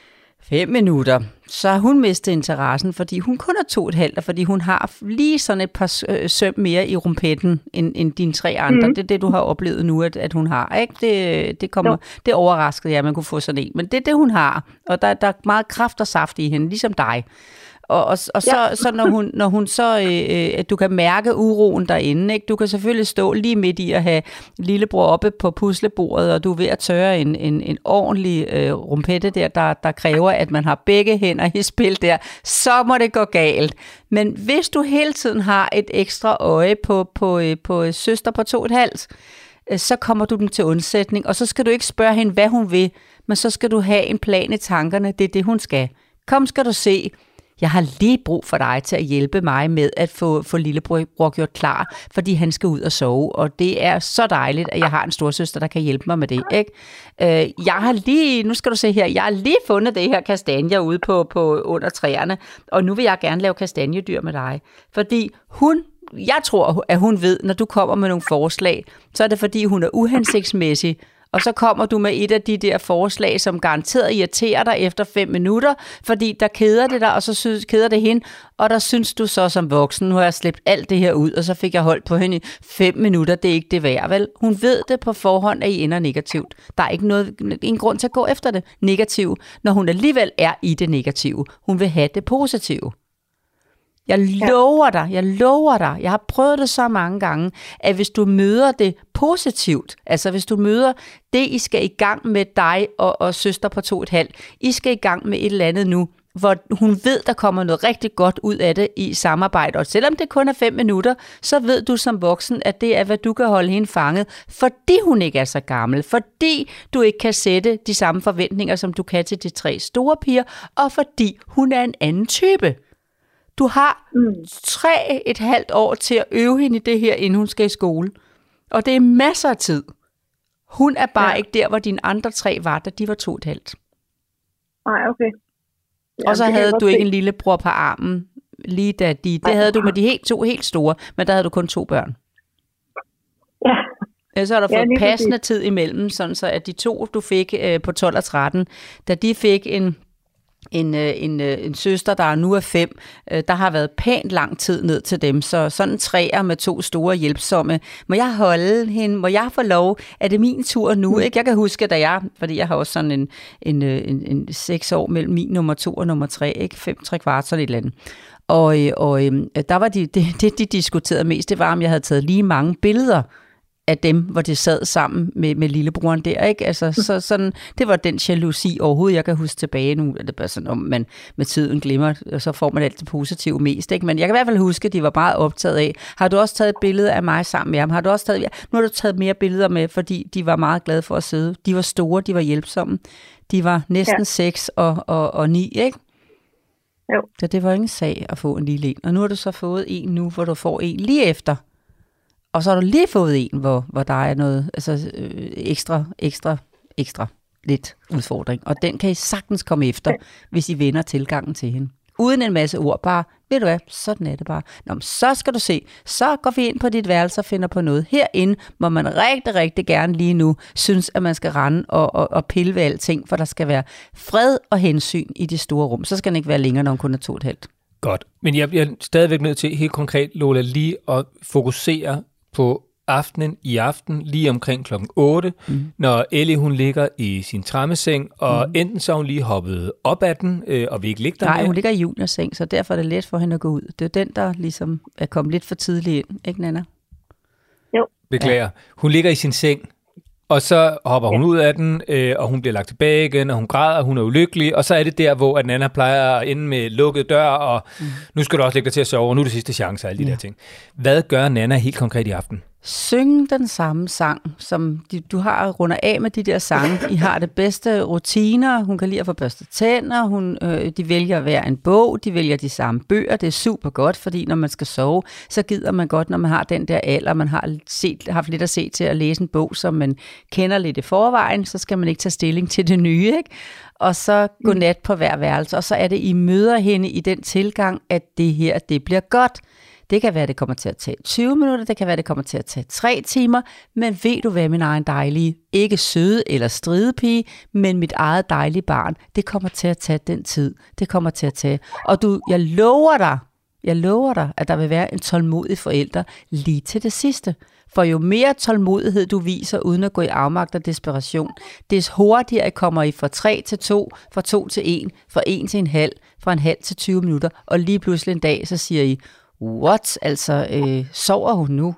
5 minutter, så har hun mistet interessen, fordi hun kun er 2,5, og fordi hun har lige sådan et par søm mere i rumpetten end dine 3 andre. Det er det, du har oplevet nu, at hun har, ikke? Det overraskede jeg, at man kunne få sådan en. Men det er det, hun har, og der er meget kraft og saft i hende, ligesom dig. Og så når hun så, du kan mærke uroen derinde, ikke? Du kan selvfølgelig stå lige midt i at have lillebror oppe på puslebordet, og du er ved at tørre en ordentlig rumpette der kræver, at man har begge hænder i spil der, så må det gå galt. Men hvis du hele tiden har et ekstra øje på søster på 2,5, så kommer du dem til undsætning, og så skal du ikke spørge hende, hvad hun vil, men så skal du have en plan i tankerne, det er det, hun skal. Kom, skal du se, jeg har lige brug for dig til at hjælpe mig med at få lillebror gjort klar, fordi han skal ud og sove, og det er så dejligt, at jeg har en storsøster, der kan hjælpe mig med det, ikke? Nu skal du se her, jeg har lige fundet det her kastanjer ude på under træerne, og nu vil jeg gerne lave kastanjedyr med dig, fordi jeg tror, at hun ved, når du kommer med nogle forslag, så er det fordi, hun er uhensigtsmæssig, og så kommer du med et af de der forslag, som garanteret irriterer dig efter 5 minutter, fordi der keder det dig, og så keder det hende, og der synes du så som voksen, nu har jeg slæbt alt det her ud, og så fik jeg holdt på hende i 5 minutter, det er ikke det værd, vel? Hun ved det på forhånd, at I ender negativt. Der er ingen grund til at gå efter det negative, når hun alligevel er i det negative. Hun vil have det positive. Jeg lover dig, jeg har prøvet det så mange gange, at hvis du møder det positivt, altså hvis du møder det, I skal i gang med dig og søster på 2,5, I skal i gang med et eller andet nu, hvor hun ved, der kommer noget rigtig godt ud af det i samarbejde, og selvom det kun er 5 minutter, så ved du som voksen, at det er, hvad du kan holde hende fanget, fordi hun ikke er så gammel, fordi du ikke kan sætte de samme forventninger, som du kan til de 3 store piger, og fordi hun er en anden type. Du har 3,5 år til at øve hende i det her, inden hun skal i skole. Og det er masser af tid. Hun er bare ikke der, hvor dine andre 3 var, da de var 2,5. Nej, okay. Og så havde du ikke en lillebror på armen, lige da det havde du med de 2 helt store, men der havde du kun 2 børn. Ja. Så har der fået passende tid imellem, sådan så at de 2, du fik på 12 og 13, da de fik en søster, der nu er 5, der har været pænt lang tid ned til dem, så sådan 3'er med 2 store hjælpsomme. Må jeg holde hende? Må jeg få lov? Er det min tur nu? Ikke? Jeg kan huske, fordi jeg har også sådan en 6 år mellem min nummer 2 og nummer 3, ikke? 5-3/4, sådan et eller andet. Og der var det, de diskuterede mest, det var, om jeg havde taget lige mange billeder af dem, hvor de sad sammen med lillebroren der, ikke? Altså, så sådan, det var den jalousi overhovedet, jeg kan huske tilbage nu, det er bare sådan, om man med tiden glemmer, og så får man alt det positive mest, ikke? Men jeg kan i hvert fald huske, at de var meget optaget af, har du også taget et billede af mig sammen med ham? Har du også taget, nu har du taget mere billeder med, fordi de var meget glade for at sidde. De var store, de var hjælpsomme. De var næsten 6 og 9, ikke? Jo. Så det var ingen sag at få en lille en. Og nu har du så fået en nu, hvor du får en lige efter. Og så har du lige fået en, hvor der er noget altså, ekstra lidt udfordring, og den kan I sagtens komme efter, hvis I vender tilgangen til hende. Uden en masse ord, bare, ved du hvad, sådan er det bare. Nå, men så skal du se, så går vi ind på dit værelse og finder på noget. Herinde må man rigtig, rigtig gerne lige nu synes, at man skal rende og pille ved alting, for der skal være fred og hensyn i de store rum. Så skal den ikke være længere, når hun kun er 2,5. Godt, men jeg er stadigvæk nødt til helt konkret, Lola, lige at fokusere på aftenen i aften, lige omkring klokken 8, når Ellie hun ligger i sin trammeseng, og enten så hun lige hoppet op ad den, og vi ikke ligger der mere. Nej, hun ligger i Juniors seng, så derfor er det let for hende at gå ud. Det er den, der ligesom er kommet lidt for tidligt ind, ikke Nana? Jo. Beklager. Ja. Hun ligger i sin seng, og så hopper hun ud af den, og hun bliver lagt tilbage igen, og hun græder, hun er ulykkelig, og så er det der, hvor Nana plejer at ende med lukket dør, og nu skal du også ligge dig til at sove, og nu er det sidste chance, og alle de der ting. Hvad gør Nana helt konkret i aften? Synge den samme sang, som du har rundet af med de der sange. I har det bedste rutiner. Hun kan lide at få børstet tænder. De vælger hver en bog. De vælger de samme bøger. Det er super godt, fordi når man skal sove, så gider man godt, når man har den der alder, man har haft lidt at se til at læse en bog, som man kender lidt i forvejen, så skal man ikke tage stilling til det nye, ikke? Og så godnat på hver værelse. Og så er det, I møder hende i den tilgang, at det her, det bliver godt. Det kan være, det kommer til at tage 20 minutter, det kan være, det kommer til at tage 3 timer, men ved du hvad, min egen dejlige, ikke søde eller stridepige, men mit eget dejlige barn, det kommer til at tage den tid, det kommer til at tage. Og jeg lover dig, at der vil være en tålmodig forælder lige til det sidste. For jo mere tålmodighed du viser, uden at gå i afmagt og desperation, des hurtigere kommer I fra 3 til 2, fra 2 til 1, fra 1 til en halv, fra en halv til 20 minutter, og lige pludselig en dag, så siger I, what? Altså, sover hun nu?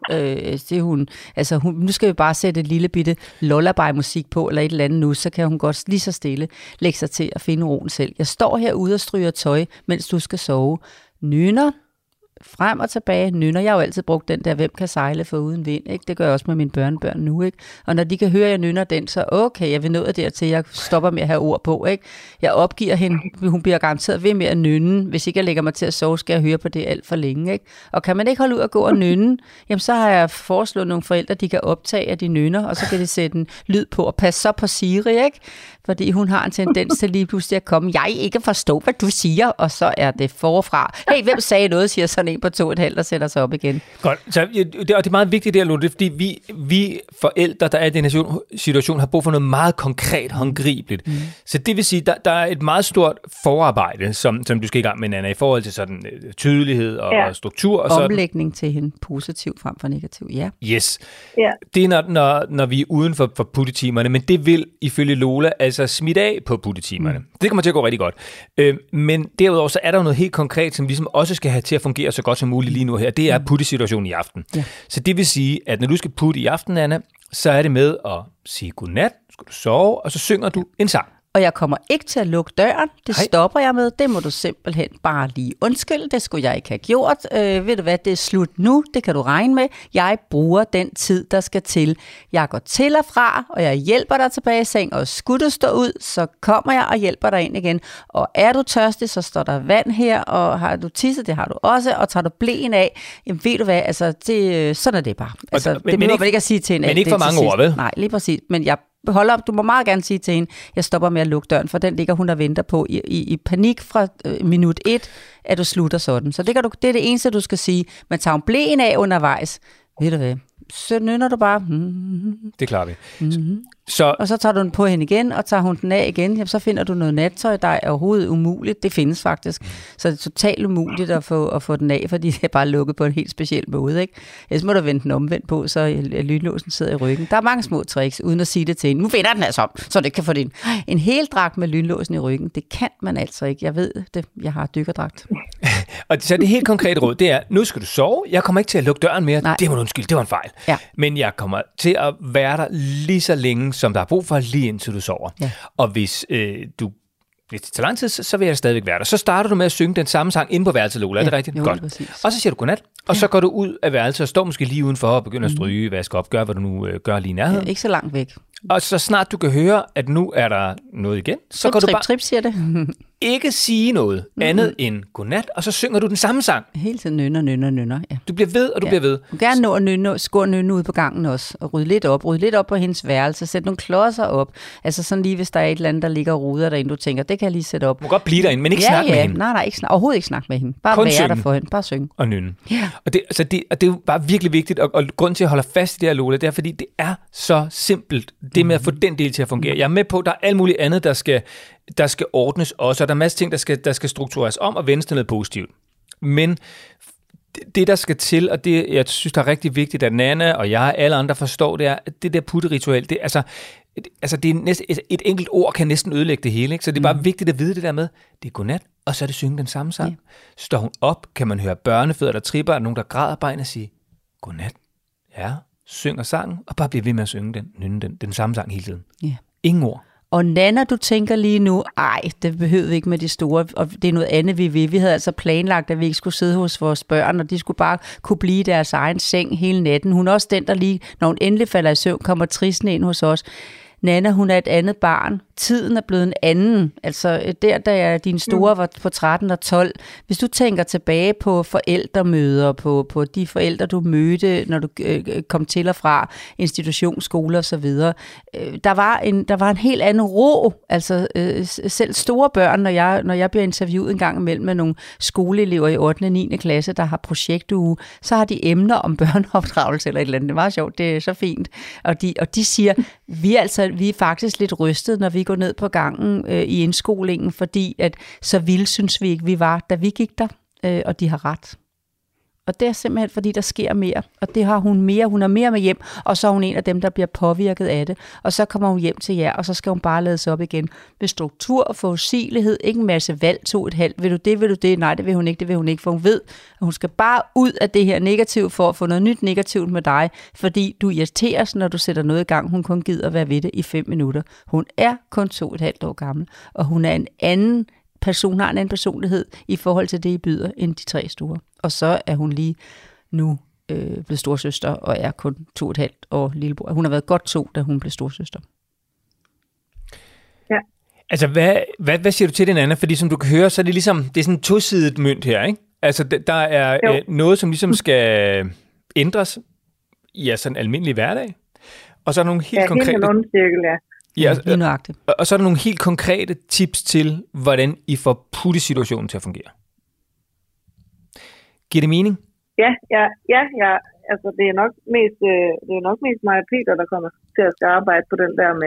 Nu skal vi bare sætte et lille bitte lullaby-musik på, eller et eller andet nu, så kan hun godt lige så stille lægge sig til at finde roen selv. Jeg står herude og stryger tøj, mens du skal sove. Nynner, frem og tilbage, nynner. Jeg har jo altid brugt den der, hvem kan sejle for uden vind, ikke? Det gør jeg også med mine børnebørn nu, ikke? Og når de kan høre, at jeg nynner den, så okay, jeg vil nå dertil, jeg stopper med at have ord på, ikke? Jeg opgiver hende, hun bliver garanteret ved med at nynne. Hvis ikke jeg lægger mig til at sove, skal jeg høre på det alt for længe, ikke? Og kan man ikke holde ud at gå og nynne, jamen så har jeg foreslået nogle forældre, de kan optage, at de nynner, og så kan de sætte en lyd på, og passe så på Siri, ikke? Fordi hun har en tendens til lige pludselig at komme, jeg ikke forstår, hvad du siger, og så er det forfra. Hey, hvem sagde noget, siger sådan en på 2,5 og sætter sig op igen. Godt, så, og det er meget vigtigt der, Lotte, fordi vi forældre, der er i den her situation, har brug for noget meget konkret, håndgribeligt. Så det vil sige, der er et meget stort forarbejde, som du skal i gang med, Nana, i forhold til sådan tydelighed og struktur. Og omlægning til hende, positiv frem for negativ, ja. Yes. Yeah. Det er, når vi er uden for puttetimerne, men det vil ifølge Lola altså smitte af på puttetimerne. Det kommer til at gå rigtig godt. Men derudover så er der jo noget helt konkret, som vi ligesom også skal have til at fungere så godt som muligt lige nu her. Det er puttesituationen i aften. Ja. Så det vil sige, at når du skal putte i aften, Anna, så er det med at sige godnat, skal du sove, og så synger du en sang. Og jeg kommer ikke til at lukke døren. Det stopper jeg med. Det må du simpelthen bare lige undskylde. Det skulle jeg ikke have gjort. Ved du hvad, det er slut nu. Det kan du regne med. Jeg bruger den tid, der skal til. Jeg går til og fra, og jeg hjælper dig tilbage i seng. Og skulle du stå ud, så kommer jeg og hjælper dig ind igen. Og er du tørstig, så står der vand her. Og har du tisset, det har du også. Og tager du blæen af, jamen ved du hvad, altså sådan er det bare. Altså, det behøver man ikke at sige til hende. Men ikke for mange ord, vel? Nej, lige præcis. Men jeg hold op, du må meget gerne sige til hende, jeg stopper med at lukke døren, for den ligger hun og venter på i panik fra minut 1, at du slutter sådan. Så det er det eneste, du skal sige. Men tager hun blæen af undervejs, ved du hvad, så nynner du bare. Det klarer vi. Og så tager du den på hende igen, og tager hun den af igen, jamen, så finder du noget nattøj, der er overhovedet umuligt. Det findes faktisk. Så det er totalt umuligt at få den af, fordi det er bare lukket på en helt speciel måde, ikke? Ellers må du vende den omvendt på, så lynlåsen sidder i ryggen. Der er mange små tricks, uden at sige det til hende. Nu finder den altså om, så det kan få en hel dragt med lynlåsen i ryggen. Det kan man altså ikke. Jeg ved det. Jeg har dykkerdragt. Og så det helt konkrete råd, det er, nu skal du sove. Jeg kommer ikke til at lukke døren mere. Nej. Det må du undskylde, det var en fejl. Ja. Men jeg kommer til at være der lige så længe, som der er brug for, lige indtil du sover. Ja. Og hvis det tager lang tid, så vil jeg stadigvæk være der. Så starter du med at synge den samme sang inde på værelset, Lola. Er det rigtigt? Jo, godt. Og så siger du godnat, og så går du ud af værelset og står måske lige udenfor og begynder at stryge, vaske op, gøre hvad du nu gør lige i nærheden. Ja, ikke så langt væk. Og så snart du kan høre, at nu er der noget igen, så går du bare... Trip, siger det. ikke sige noget andet end godnat, og så synger du den samme sang. Hele tiden nynner, ja. Du bliver ved, og du bliver ved. Du vil gerne nå at nynne ude på gangen også, og rydde lidt op på hendes værelse, sætte nogle klodser op. Altså sådan lige, hvis der er et eller andet, der ligger og ruder derinde, du tænker, det kan jeg lige sætte op. Du må godt blive derinde, men ikke snakke med hende. Nej, overhovedet ikke snakke med hende. Bare kun være der for hende, bare synge. Og nynne. Ja. Og det er jo bare virkelig vigtigt, og grunden til at holde fast i det her, Lola, det er, fordi det er så simpelt, det med at få den del til at fungere. Jeg er med på, at der er alt muligt andet, der skal ordnes også, og der er masser af ting, der skal struktureres om og vendes til noget positivt. Men det, der skal til, og det, jeg synes, der er rigtig vigtigt, at Nanna og jeg og alle andre forstår, det er, at det der putteritual, det er det er næsten, et enkelt ord kan næsten ødelægge det hele, ikke? Så det er bare vigtigt at vide det der med, det er godnat, og så er det synge den samme sang. Ja. Står hun op, kan man høre børnefødder, der tripper, og nogen, der græder bein og siger, godnat, ja, synger sangen, og bare bliver ved med at synge den samme sang hele tiden. Ja. Ingen ord. Og Nanna, du tænker lige nu, det behøvede vi ikke med de store, og det er noget andet, vi vil. Vi havde altså planlagt, at vi ikke skulle sidde hos vores børn, og de skulle bare kunne blive i deres egen seng hele natten. Hun er også den, der lige, når hun endelig falder i søvn, kommer trissende ind hos os. Nanna, hun er et andet barn. Tiden er blevet en anden. Altså da dine store var på 13 og 12. Hvis du tænker tilbage på forældremøder, på de forældre, du mødte, når du kom til og fra institutionsskoler og så videre. Der var en helt anden ro. Altså selv store børn, når jeg bliver interviewet en gang imellem med nogle skoleelever i 8. og 9. klasse, der har projektuge, så har de emner om børneopdragelse eller et eller andet. Det er meget sjovt, det er så fint. Og de siger, vi er faktisk lidt rystet, når vi går ned på gangen i indskolingen, fordi at så vildt synes vi ikke, vi var, da vi gik der, og de har ret. Og det er simpelthen, fordi der sker mere, og det har hun mere. Hun har mere med hjem, og så er hun en af dem, der bliver påvirket af det. Og så kommer hun hjem til jer, og så skal hun bare lades op igen. Med struktur og forudsigelighed, ikke en masse valg, 2,5. Vil du det? Nej, det vil hun ikke, for hun ved, at hun skal bare ud af det her negativ for at få noget nyt negativt med dig, fordi du irriteres, når du sætter noget i gang. Hun kun gider være ved det i 5 minutter. Hun er kun 2,5 år gammel, og hun er en anden person, har en anden personlighed i forhold til det, I byder, end de 3 store. Og så er hun lige nu blevet storsøster, og er kun 2,5 år lillebror. Hun har været godt 2, da hun blev storsøster. Ja. Altså, hvad siger du til den anden? Fordi som du kan høre, så er det ligesom, det er sådan en tosidet mønt her, ikke? Altså, der er noget, som ligesom skal ændres i sådan en almindelig hverdag. Og så er nogle helt konkrete... helt en cirkel, ja. Ja, og så er der nogle helt konkrete tips til, hvordan I får puttesituationen til at fungere. Giver det mening? Ja. Altså, det er nok mest mig og Peter, der kommer til at arbejde på den der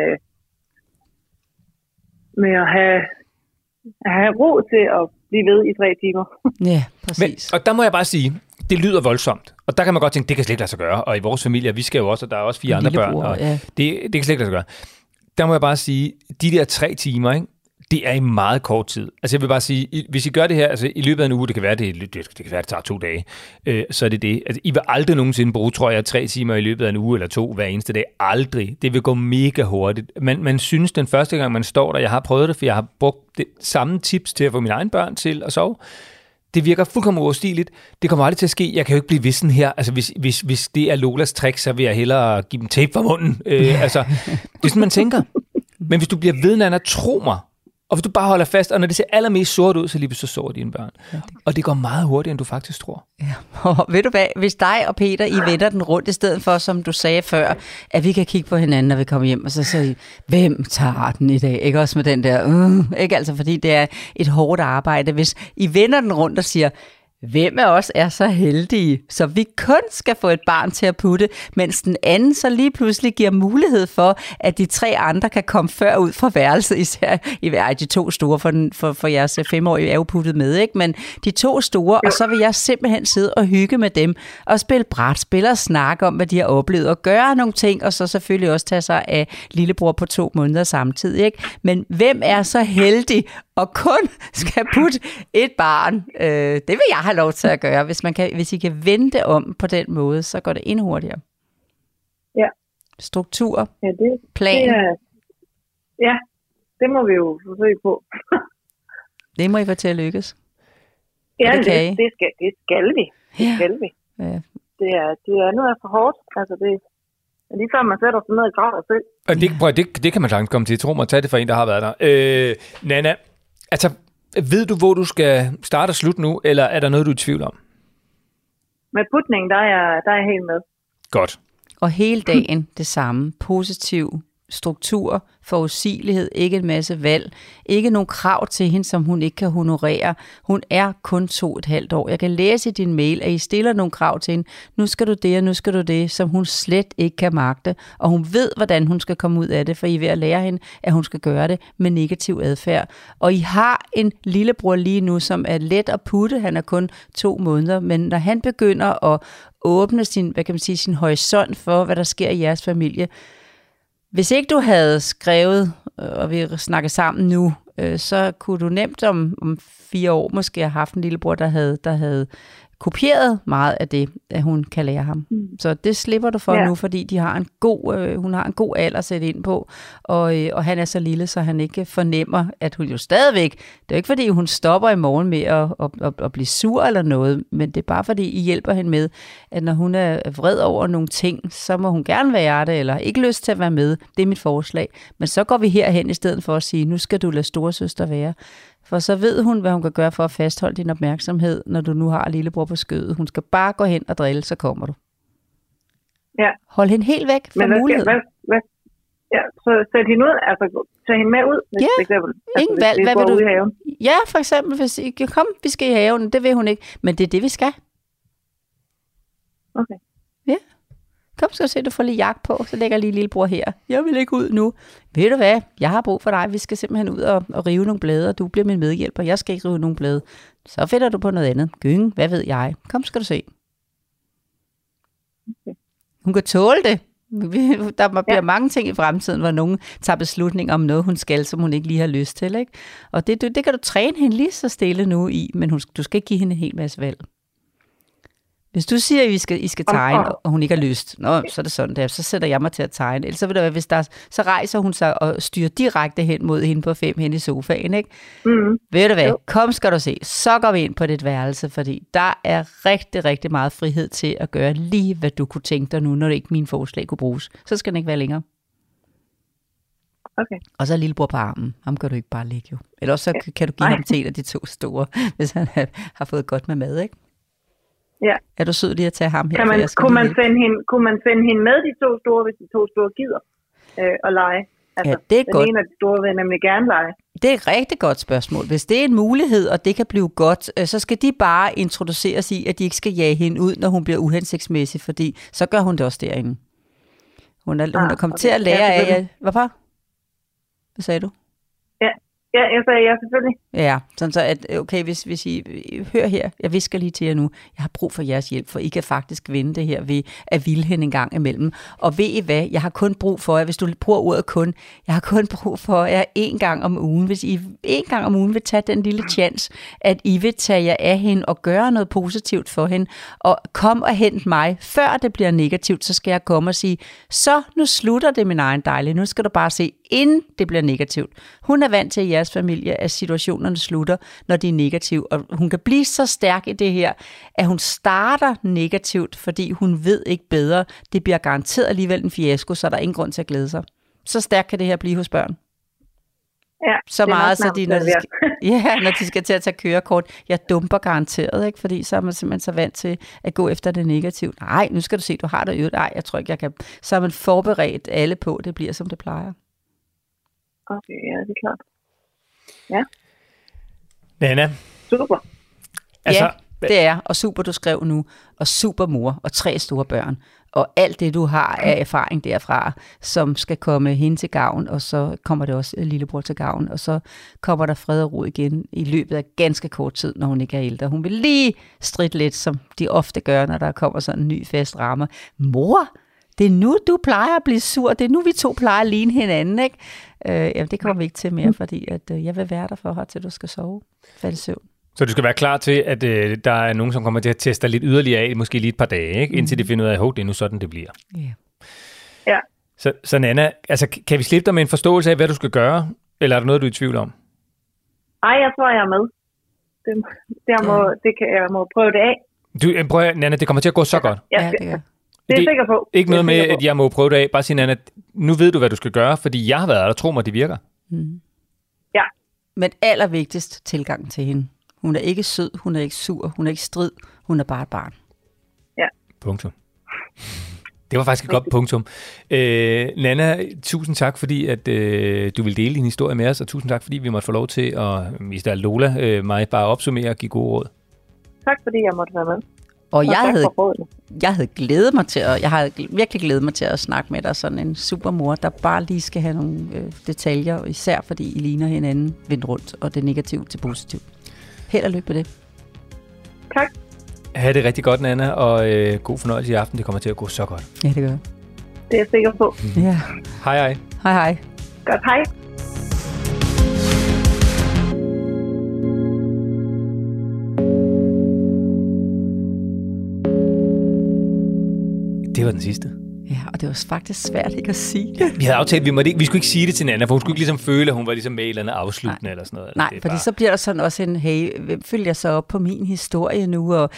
med at have ro til at blive ved i 3 timer. Ja, præcis. Og der må jeg bare sige, det lyder voldsomt. Og der kan man godt tænke, det kan slet ikke lade sig gøre. Og i vores familie, vi skal jo også, og der er også 4 andre børn. Og det kan slet ikke lade sig gøre. Der må jeg bare sige, de der 3 timer, ikke? Det er i meget kort tid. Altså jeg vil bare sige, hvis I gør det her, altså i løbet af en uge, det kan være, det tager 2 dage, så er det det. Altså I vil aldrig nogensinde bruge, tror jeg, 3 timer i løbet af en uge eller 2 hver eneste dag. Aldrig. Det vil gå mega hurtigt. Man synes den første gang, man står der, jeg har prøvet det, for jeg har brugt det samme tips til at få mine egne børn til at sove. Det virker fuldkommen uoverstigeligt. Det kommer aldrig til at ske. Jeg kan jo ikke blive vissen her. Altså, hvis det er Lolas trick, så vil jeg hellere give dem tape for munden. Altså, det er sådan, man tænker. Men hvis du bliver ved, Nanna, tro mig, og hvis du bare holder fast, og når det ser allermest sort ud, så lige så sover dine børn. Ja, og det går meget hurtigere, end du faktisk tror. Ja. Og ved du hvad, hvis dig og Peter, I vender den rundt, i stedet for, som du sagde før, at vi kan kigge på hinanden, når vi kommer hjem, og så siger I, hvem tager den i dag? Ikke også med den der, ikke altså, fordi det er et hårdt arbejde. Hvis I vender den rundt og siger, hvem af os er så heldige, så vi kun skal få et barn til at putte, mens den anden så lige pludselig giver mulighed for, at de 3 andre kan komme før ud fra værelset, især de 2 store, for jeres 5-årige er jo puttet med, ikke? Men de 2 store, og så vil jeg simpelthen sidde og hygge med dem, og spille brætspil og snakke om, hvad de har oplevet, og gøre nogle ting, og så selvfølgelig også tage sig af lillebror på 2 måneder samtidig, ikke? Men hvem er så heldig, og kun skal putte et barn? Det vil jeg have lov til at gøre. Hvis I kan vende det om på den måde, så går det endnu hurtigere. Ja. Struktur, plan. Det må vi jo forsøge på. Det må I få til at lykkes. Ja, det skal vi. Det skal vi. Ja. Det andet er for hårdt. Altså det er lige før man sætter sig ned og græder selv. Og det kan man sagtens komme til. Tro mig, tag det for en, der har været der. Nanna, altså, Ved du, hvor du skal starte og slutte nu, eller er der noget, du er i tvivl om? Med putningen, der er jeg helt med. Godt. Og hele dagen det samme. Positiv struktur, forudsigelighed, ikke en masse valg, ikke nogen krav til hende, som hun ikke kan honorere. Hun er kun 2,5 år. Jeg kan læse i din mail, at I stiller nogle krav til hende. Nu skal du det, og nu skal du det, som hun slet ikke kan magte. Og hun ved, hvordan hun skal komme ud af det, for I er ved at lære hende, at hun skal gøre det med negativ adfærd. Og I har en lillebror lige nu, som er let at putte. Han er kun 2 måneder, men når han begynder at åbne sin horisont for, hvad der sker i jeres familie. Hvis ikke du havde skrevet, og vi snakker sammen nu, så kunne du nemt om 4 år måske have haft en lillebror, der havde kopieret meget af det, at hun kan lære ham. Så det slipper du for nu, fordi hun har en god alder at sætte ind på, og han er så lille, så han ikke fornemmer, at hun jo stadigvæk, det er jo ikke fordi, hun stopper i morgen med at blive sur eller noget, men det er bare fordi, I hjælper hende med, at når hun er vred over nogle ting, så må hun gerne være det, eller ikke lyst til at være med. Det er mit forslag. Men så går vi herhen i stedet for at sige, nu skal du lade storesøster være. For så ved hun, hvad hun kan gøre for at fastholde din opmærksomhed, når du nu har lillebror på skødet. Hun skal bare gå hen og drille, så kommer du. Ja. Hold hende helt væk fra muligheden. Så sæt hende ud, altså tag hende med ud, hvis for eksempel. Ingen valg. Hvad vil du? I haven. Ja, for eksempel, hvis I kan komme, vi skal i haven. Det vil hun ikke, men det er det, vi skal. Okay. Ja. Kom, skal du se, du får lige jagt på, så lægger lige lillebror her. Jeg vil ikke ud nu. Ved du hvad? Jeg har brug for dig. Vi skal simpelthen ud og rive nogle blade, og du bliver min medhjælper. Jeg skal ikke rive nogle blade. Så finder du på noget andet. Gynge, hvad ved jeg? Kom, skal du se. Okay. Hun kan tåle det. Der bliver mange ting i fremtiden, hvor nogen tager beslutninger om noget, hun skal, som hun ikke lige har lyst til. Ikke? Og det kan du træne hende lige så stille nu i, men du skal ikke give hende en hel masse valg. Hvis du siger, at I skal tegne, og hun ikke har lyst, så er det sådan der, så sætter jeg mig til at tegne. Ellers så vil det være, så rejser hun sig og styrer direkte hen mod hende på 5 hen i sofaen, ikke? Ved du hvad? Jo. Kom, skal du se. Så går vi ind på dit værelse, fordi der er rigtig, rigtig meget frihed til at gøre lige, hvad du kunne tænke dig nu, når det ikke mine forslag kunne bruges. Så skal den ikke være længere. Okay. Og så lillebror på armen. Ham kan du ikke bare lægge jo. Eller også så kan du give ham til en af de 2 store, hvis han har fået godt med mad, ikke? Ja. Er du sød lige at tage ham her? Kunne man sende hende med de 2 store, hvis de 2 store gider at lege? Altså, ja, det er godt. Den ene af de store vil nemlig gerne lege. Det er et rigtig godt spørgsmål. Hvis det er en mulighed, og det kan blive godt, så skal de bare introduceres i, at de ikke skal jage hende ud, når hun bliver uhensigtsmæssig, fordi så gør hun det også derinde. Hun er kommet til at lære af... Hvorfor? Hvad sagde du? Ja, jeg sagde ja, selvfølgelig. Ja, sådan så at, okay, hvis I hører her, jeg visker lige til jer nu, jeg har brug for jeres hjælp, for I kan faktisk vinde det her ved at ville hende en gang imellem. Og ved I hvad, jeg har kun brug for jer, hvis du bruger ordet kun, jeg har kun brug for jer 1 gang om ugen. Hvis I 1 gang om ugen vil tage den lille chance, at I vil tage jer af hende og gøre noget positivt for hende, og kom og hent mig, før det bliver negativt, så skal jeg komme og sige, så nu slutter det, min egen dejlige, nu skal du bare se, inden det bliver negativt. Hun er vant til i jeres familie, at situationerne slutter, når de er negative, og hun kan blive så stærk i det her, at hun starter negativt, fordi hun ved ikke bedre. Det bliver garanteret alligevel en fiasko, så der er ingen grund til at glæde sig. Så stærk kan det her blive hos børn. Ja, så meget, så når de skal til at tage kørekort, jeg dumper garanteret, ikke? Fordi så er man simpelthen så vant til at gå efter det negative. Nej, nu skal du se, du har det øvet. Nej, jeg tror ikke, jeg kan. Så er man forberedt alle på, det bliver som det plejer. Okay, ja, det er klart. Ja. Nana. Super. Altså, ja, det er. Og super, du skrev nu. Og super mor. Og 3 store børn. Og alt det, du har af erfaring derfra, som skal komme hende til gavn, og så kommer det også lillebror til gavn, og så kommer der fred og ro igen i løbet af ganske kort tid, når hun ikke er ældre. Hun vil lige stride lidt, som de ofte gør, når der kommer sådan en ny fast ramme. Mor, det er nu, du plejer at blive sur. Det er nu, vi 2 plejer at ligne hinanden, ikke? Jamen, det kommer vi ikke til mere, fordi at, jeg vil være der for dig, til du skal sove. Falde i søvn. Så du skal være klar til, at der er nogen, som kommer til at teste dig lidt yderligere af, måske lige et par dage, ikke? Indtil de finder ud af, at det er nu sådan, det bliver. Yeah. Ja. Så Nana, altså, kan vi slippe dig med en forståelse af, hvad du skal gøre? Eller er der noget, du er i tvivl om? Nej, jeg tror, jeg er med. Jeg må prøve det af. Prøv, Nana, det kommer til at gå så godt. Ja, det gør. Det er jeg sikker på. Ikke noget med, at jeg må prøve det af. Bare sige, Nana, nu ved du, hvad du skal gøre, fordi jeg har været der. Tro mig, det virker. Ja. Men allervigtigst tilgang til hende. Hun er ikke sød, hun er ikke sur, hun er ikke strid, hun er bare et barn. Ja. Punktum. Det var faktisk et godt punktum. Nanna, tusind tak, fordi at, du vil dele din historie med os, og tusind tak, fordi vi måtte få lov til at, hvis der er Lola, mig bare opsummere og give gode råd. Tak, fordi jeg måtte være med. Og jeg havde glædet mig til jeg har virkelig glædet mig til at snakke med dig, sådan en supermor, der bare lige skal have nogle detaljer, især fordi I ligner hinanden vendt rundt, og det negative til positivt. Held og lykke med det. Tak. Ha' det rigtig godt, Nanna, og god fornøjelse i aften. Det kommer til at gå så godt. Ja, det gør jeg. Det er jeg sikker på. Ja. Hej, hej. Hej, hej. Godt, hej. Det var den sidste. Ja, og det var faktisk svært ikke at sige det. Vi havde aftalt, vi skulle ikke sige det til Nanna, for hun skulle ikke ligesom føle, at hun var ligesom med et eller andet afsluttende eller sådan noget. Nej, fordi bare... så bliver der sådan også en, hey, hvem følger jeg så op på min historie nu, og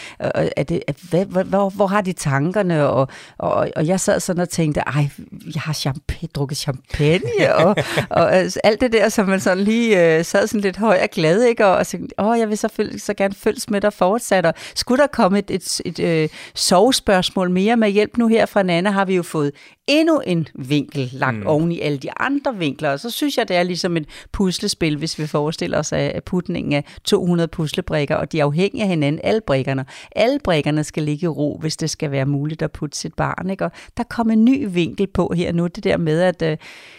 hvor har de tankerne, og jeg sad sådan og tænkte, jeg har drukket champagne, og alt det der, som man sådan lige sad sådan lidt høj og glad, ikke, og tænkte, jeg vil så gerne følges med dig fortsat, og skulle der komme et sovespørgsmål mere med hjælp nu her fra Nanna, har vi jo fået endnu en vinkel lagt oven i alle de andre vinkler, og så synes jeg, det er ligesom et puslespil, hvis vi forestiller os af putningen af 200 puslebrikker, og de er afhængige af hinanden, alle brikkerne. Alle brikkerne skal ligge i ro, hvis det skal være muligt at putte sit barn, ikke? Og der kommer en ny vinkel på her nu, det der med, at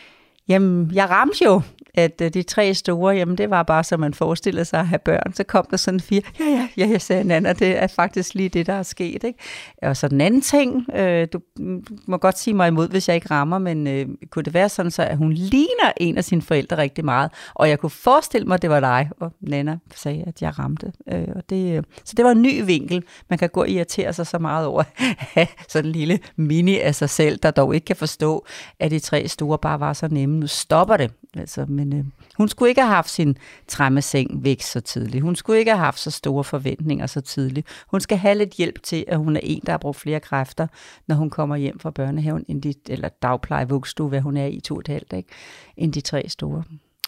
jeg ramte jo, at de 3 store, det var bare, som man forestiller sig at have børn. Så kom der sådan 4, ja, jeg sagde, Nanna, det er faktisk lige det, der er sket, ikke? Og så den anden ting, du må godt sige mig imod, hvis jeg ikke rammer, men kunne det være sådan så, at hun ligner en af sine forældre rigtig meget, og jeg kunne forestille mig, at det var dig, og Nanna sagde, at jeg ramte. Så det var en ny vinkel. Man kan gå og irritere sig så meget over sådan en lille mini af sig selv, der dog ikke kan forstå, at de 3 store bare var så nemme. Nu stopper det. Altså, men hun skulle ikke have haft sin trammeseng væk så tidligt. Hun skulle ikke have haft så store forventninger så tidligt. Hun skal have lidt hjælp til, at hun er en, der har brugt flere kræfter, når hun kommer hjem fra børnehaven, eller dagpleje, vuggestue, hvad hun er i 2,5, ikke? End de 3 store.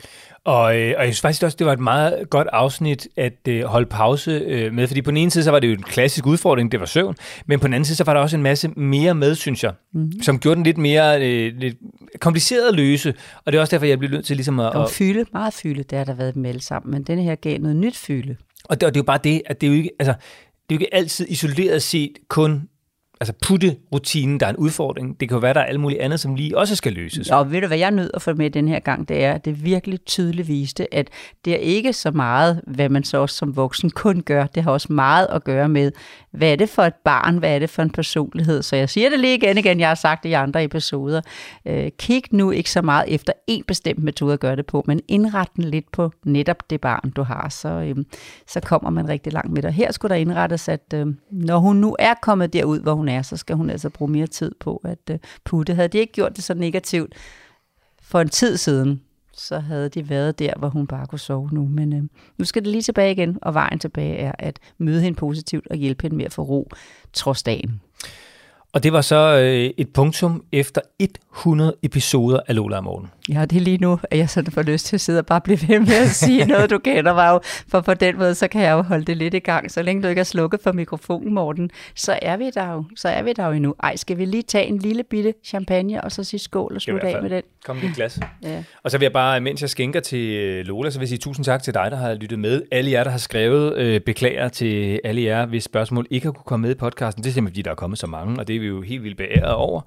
Og jeg synes faktisk også, det var et meget godt afsnit at holde pause med, fordi på den ene side, så var det jo en klassisk udfordring, det var søvn, men på den anden side, så var der også en masse mere med, synes jeg, som gjorde den lidt mere lidt kompliceret at løse, og det er også derfor, jeg blev nødt til ligesom at... Og meget fylde, det har der været dem alle sammen, men denne her gav noget nyt fylde. Og det er jo bare det, at det er jo ikke, altså, det er jo ikke altid isoleret set kun putterutinen, der er en udfordring. Det kan jo være, der er alt muligt andet, som lige også skal løses. Og ved du, hvad jeg er nødt at få med den her gang, det er, at det virkelig tydeligt viste, at det er ikke så meget, hvad man så også som voksen kun gør. Det har også meget at gøre med, hvad er det for et barn, hvad er det for en personlighed. Så jeg siger det lige igen, jeg har sagt det i andre episoder. Kig nu ikke så meget efter en bestemt metode at gøre det på, men indret den lidt på netop det barn, du har. Så kommer man rigtig langt med det. Her skulle der indrettes, at når hun nu er kommet derud, hvor hun er, så skal hun altså bruge mere tid på at putte. Havde de ikke gjort det så negativt for en tid siden, så havde de været der, hvor hun bare kunne sove nu. Men nu skal det lige tilbage igen, og vejen tilbage er at møde hende positivt og hjælpe hende med at få ro trods dagen. Og det var så et punktum efter 100 episoder af Lola og Morten. Ja, det er lige nu, at jeg sådan får lyst til at sidde og bare blive ved med at sige noget, du kender mig jo. For på den måde, så kan jeg jo holde det lidt i gang. Så længe du ikke har slukket for mikrofonen, Morten, så er vi der jo endnu. Ej, skal vi lige tage en lille bitte champagne, og så sige skål og slutte af med den? Kom med et glas. Ja. Og så vil jeg bare, mens jeg skænker til Lola, så vil jeg sige tusind tak til dig, der har lyttet med. Alle jer, der har skrevet, beklager til alle jer, hvis spørgsmål ikke har kunne komme med i podcasten. Det er simpelthen, fordi der er kommet så mange, og det er vi jo helt vildt beæret over.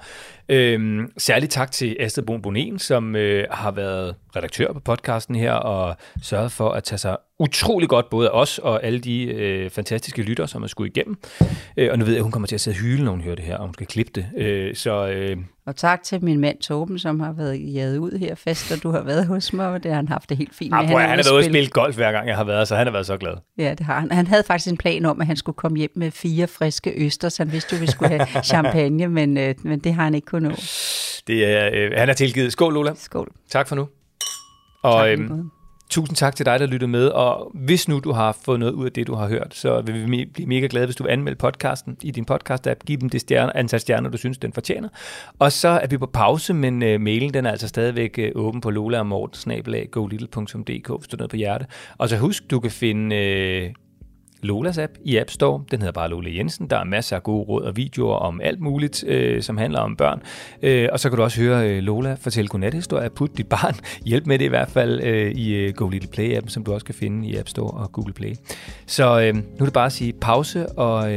Særligt tak til Astrid Bohn-Bonen, som har været redaktør på podcasten her, og sørget for at tage sig utrolig godt både af os og alle de fantastiske lyttere, som er skudt igennem. Og nu ved jeg, at hun kommer til at sidde og hyle, når hun hører det her, og hun skal klippe det. Og tak til min mand Torben, som har været jaget ud her fast, og du har været hos mig, og det har han haft det helt fint med. Han har været ude og spille golf hver gang, jeg har været, så han har været så glad. Ja, det har han. Han havde faktisk en plan om, at han skulle komme hjem med 4 friske østers. Han vidste jo, at vi skulle have champagne, men det har han ikke kunnet nå. Han er tilgivet. Skål, Lola. Skål. Tak for nu. Og Tusind tak til dig, der lyttede med, og hvis nu du har fået noget ud af det, du har hørt, så vil vi blive mega glade, hvis du vil anmelde podcasten i din podcast-app. Giv dem det antal stjerner, du synes, den fortjener. Og så er vi på pause, men mailen den er altså stadigvæk åben på lolaogmorten@golittle.dk, hvis du er noget på hjerte. Og så husk, du kan finde Lolas app i App Store. Den hedder bare Lola Jensen. Der er masser af gode råd og videoer om alt muligt, som handler om børn. Og så kan du også høre Lola fortælle godnathistorier. Put dit barn. Hjælp med det i hvert fald i Go Little Play-appen, som du også kan finde i App Store og Google Play. Så nu er det bare at sige pause. Og,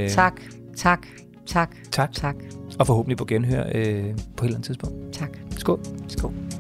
Tak. Og forhåbentlig på genhør på et eller andet tidspunkt. Tak. Skål. Skål.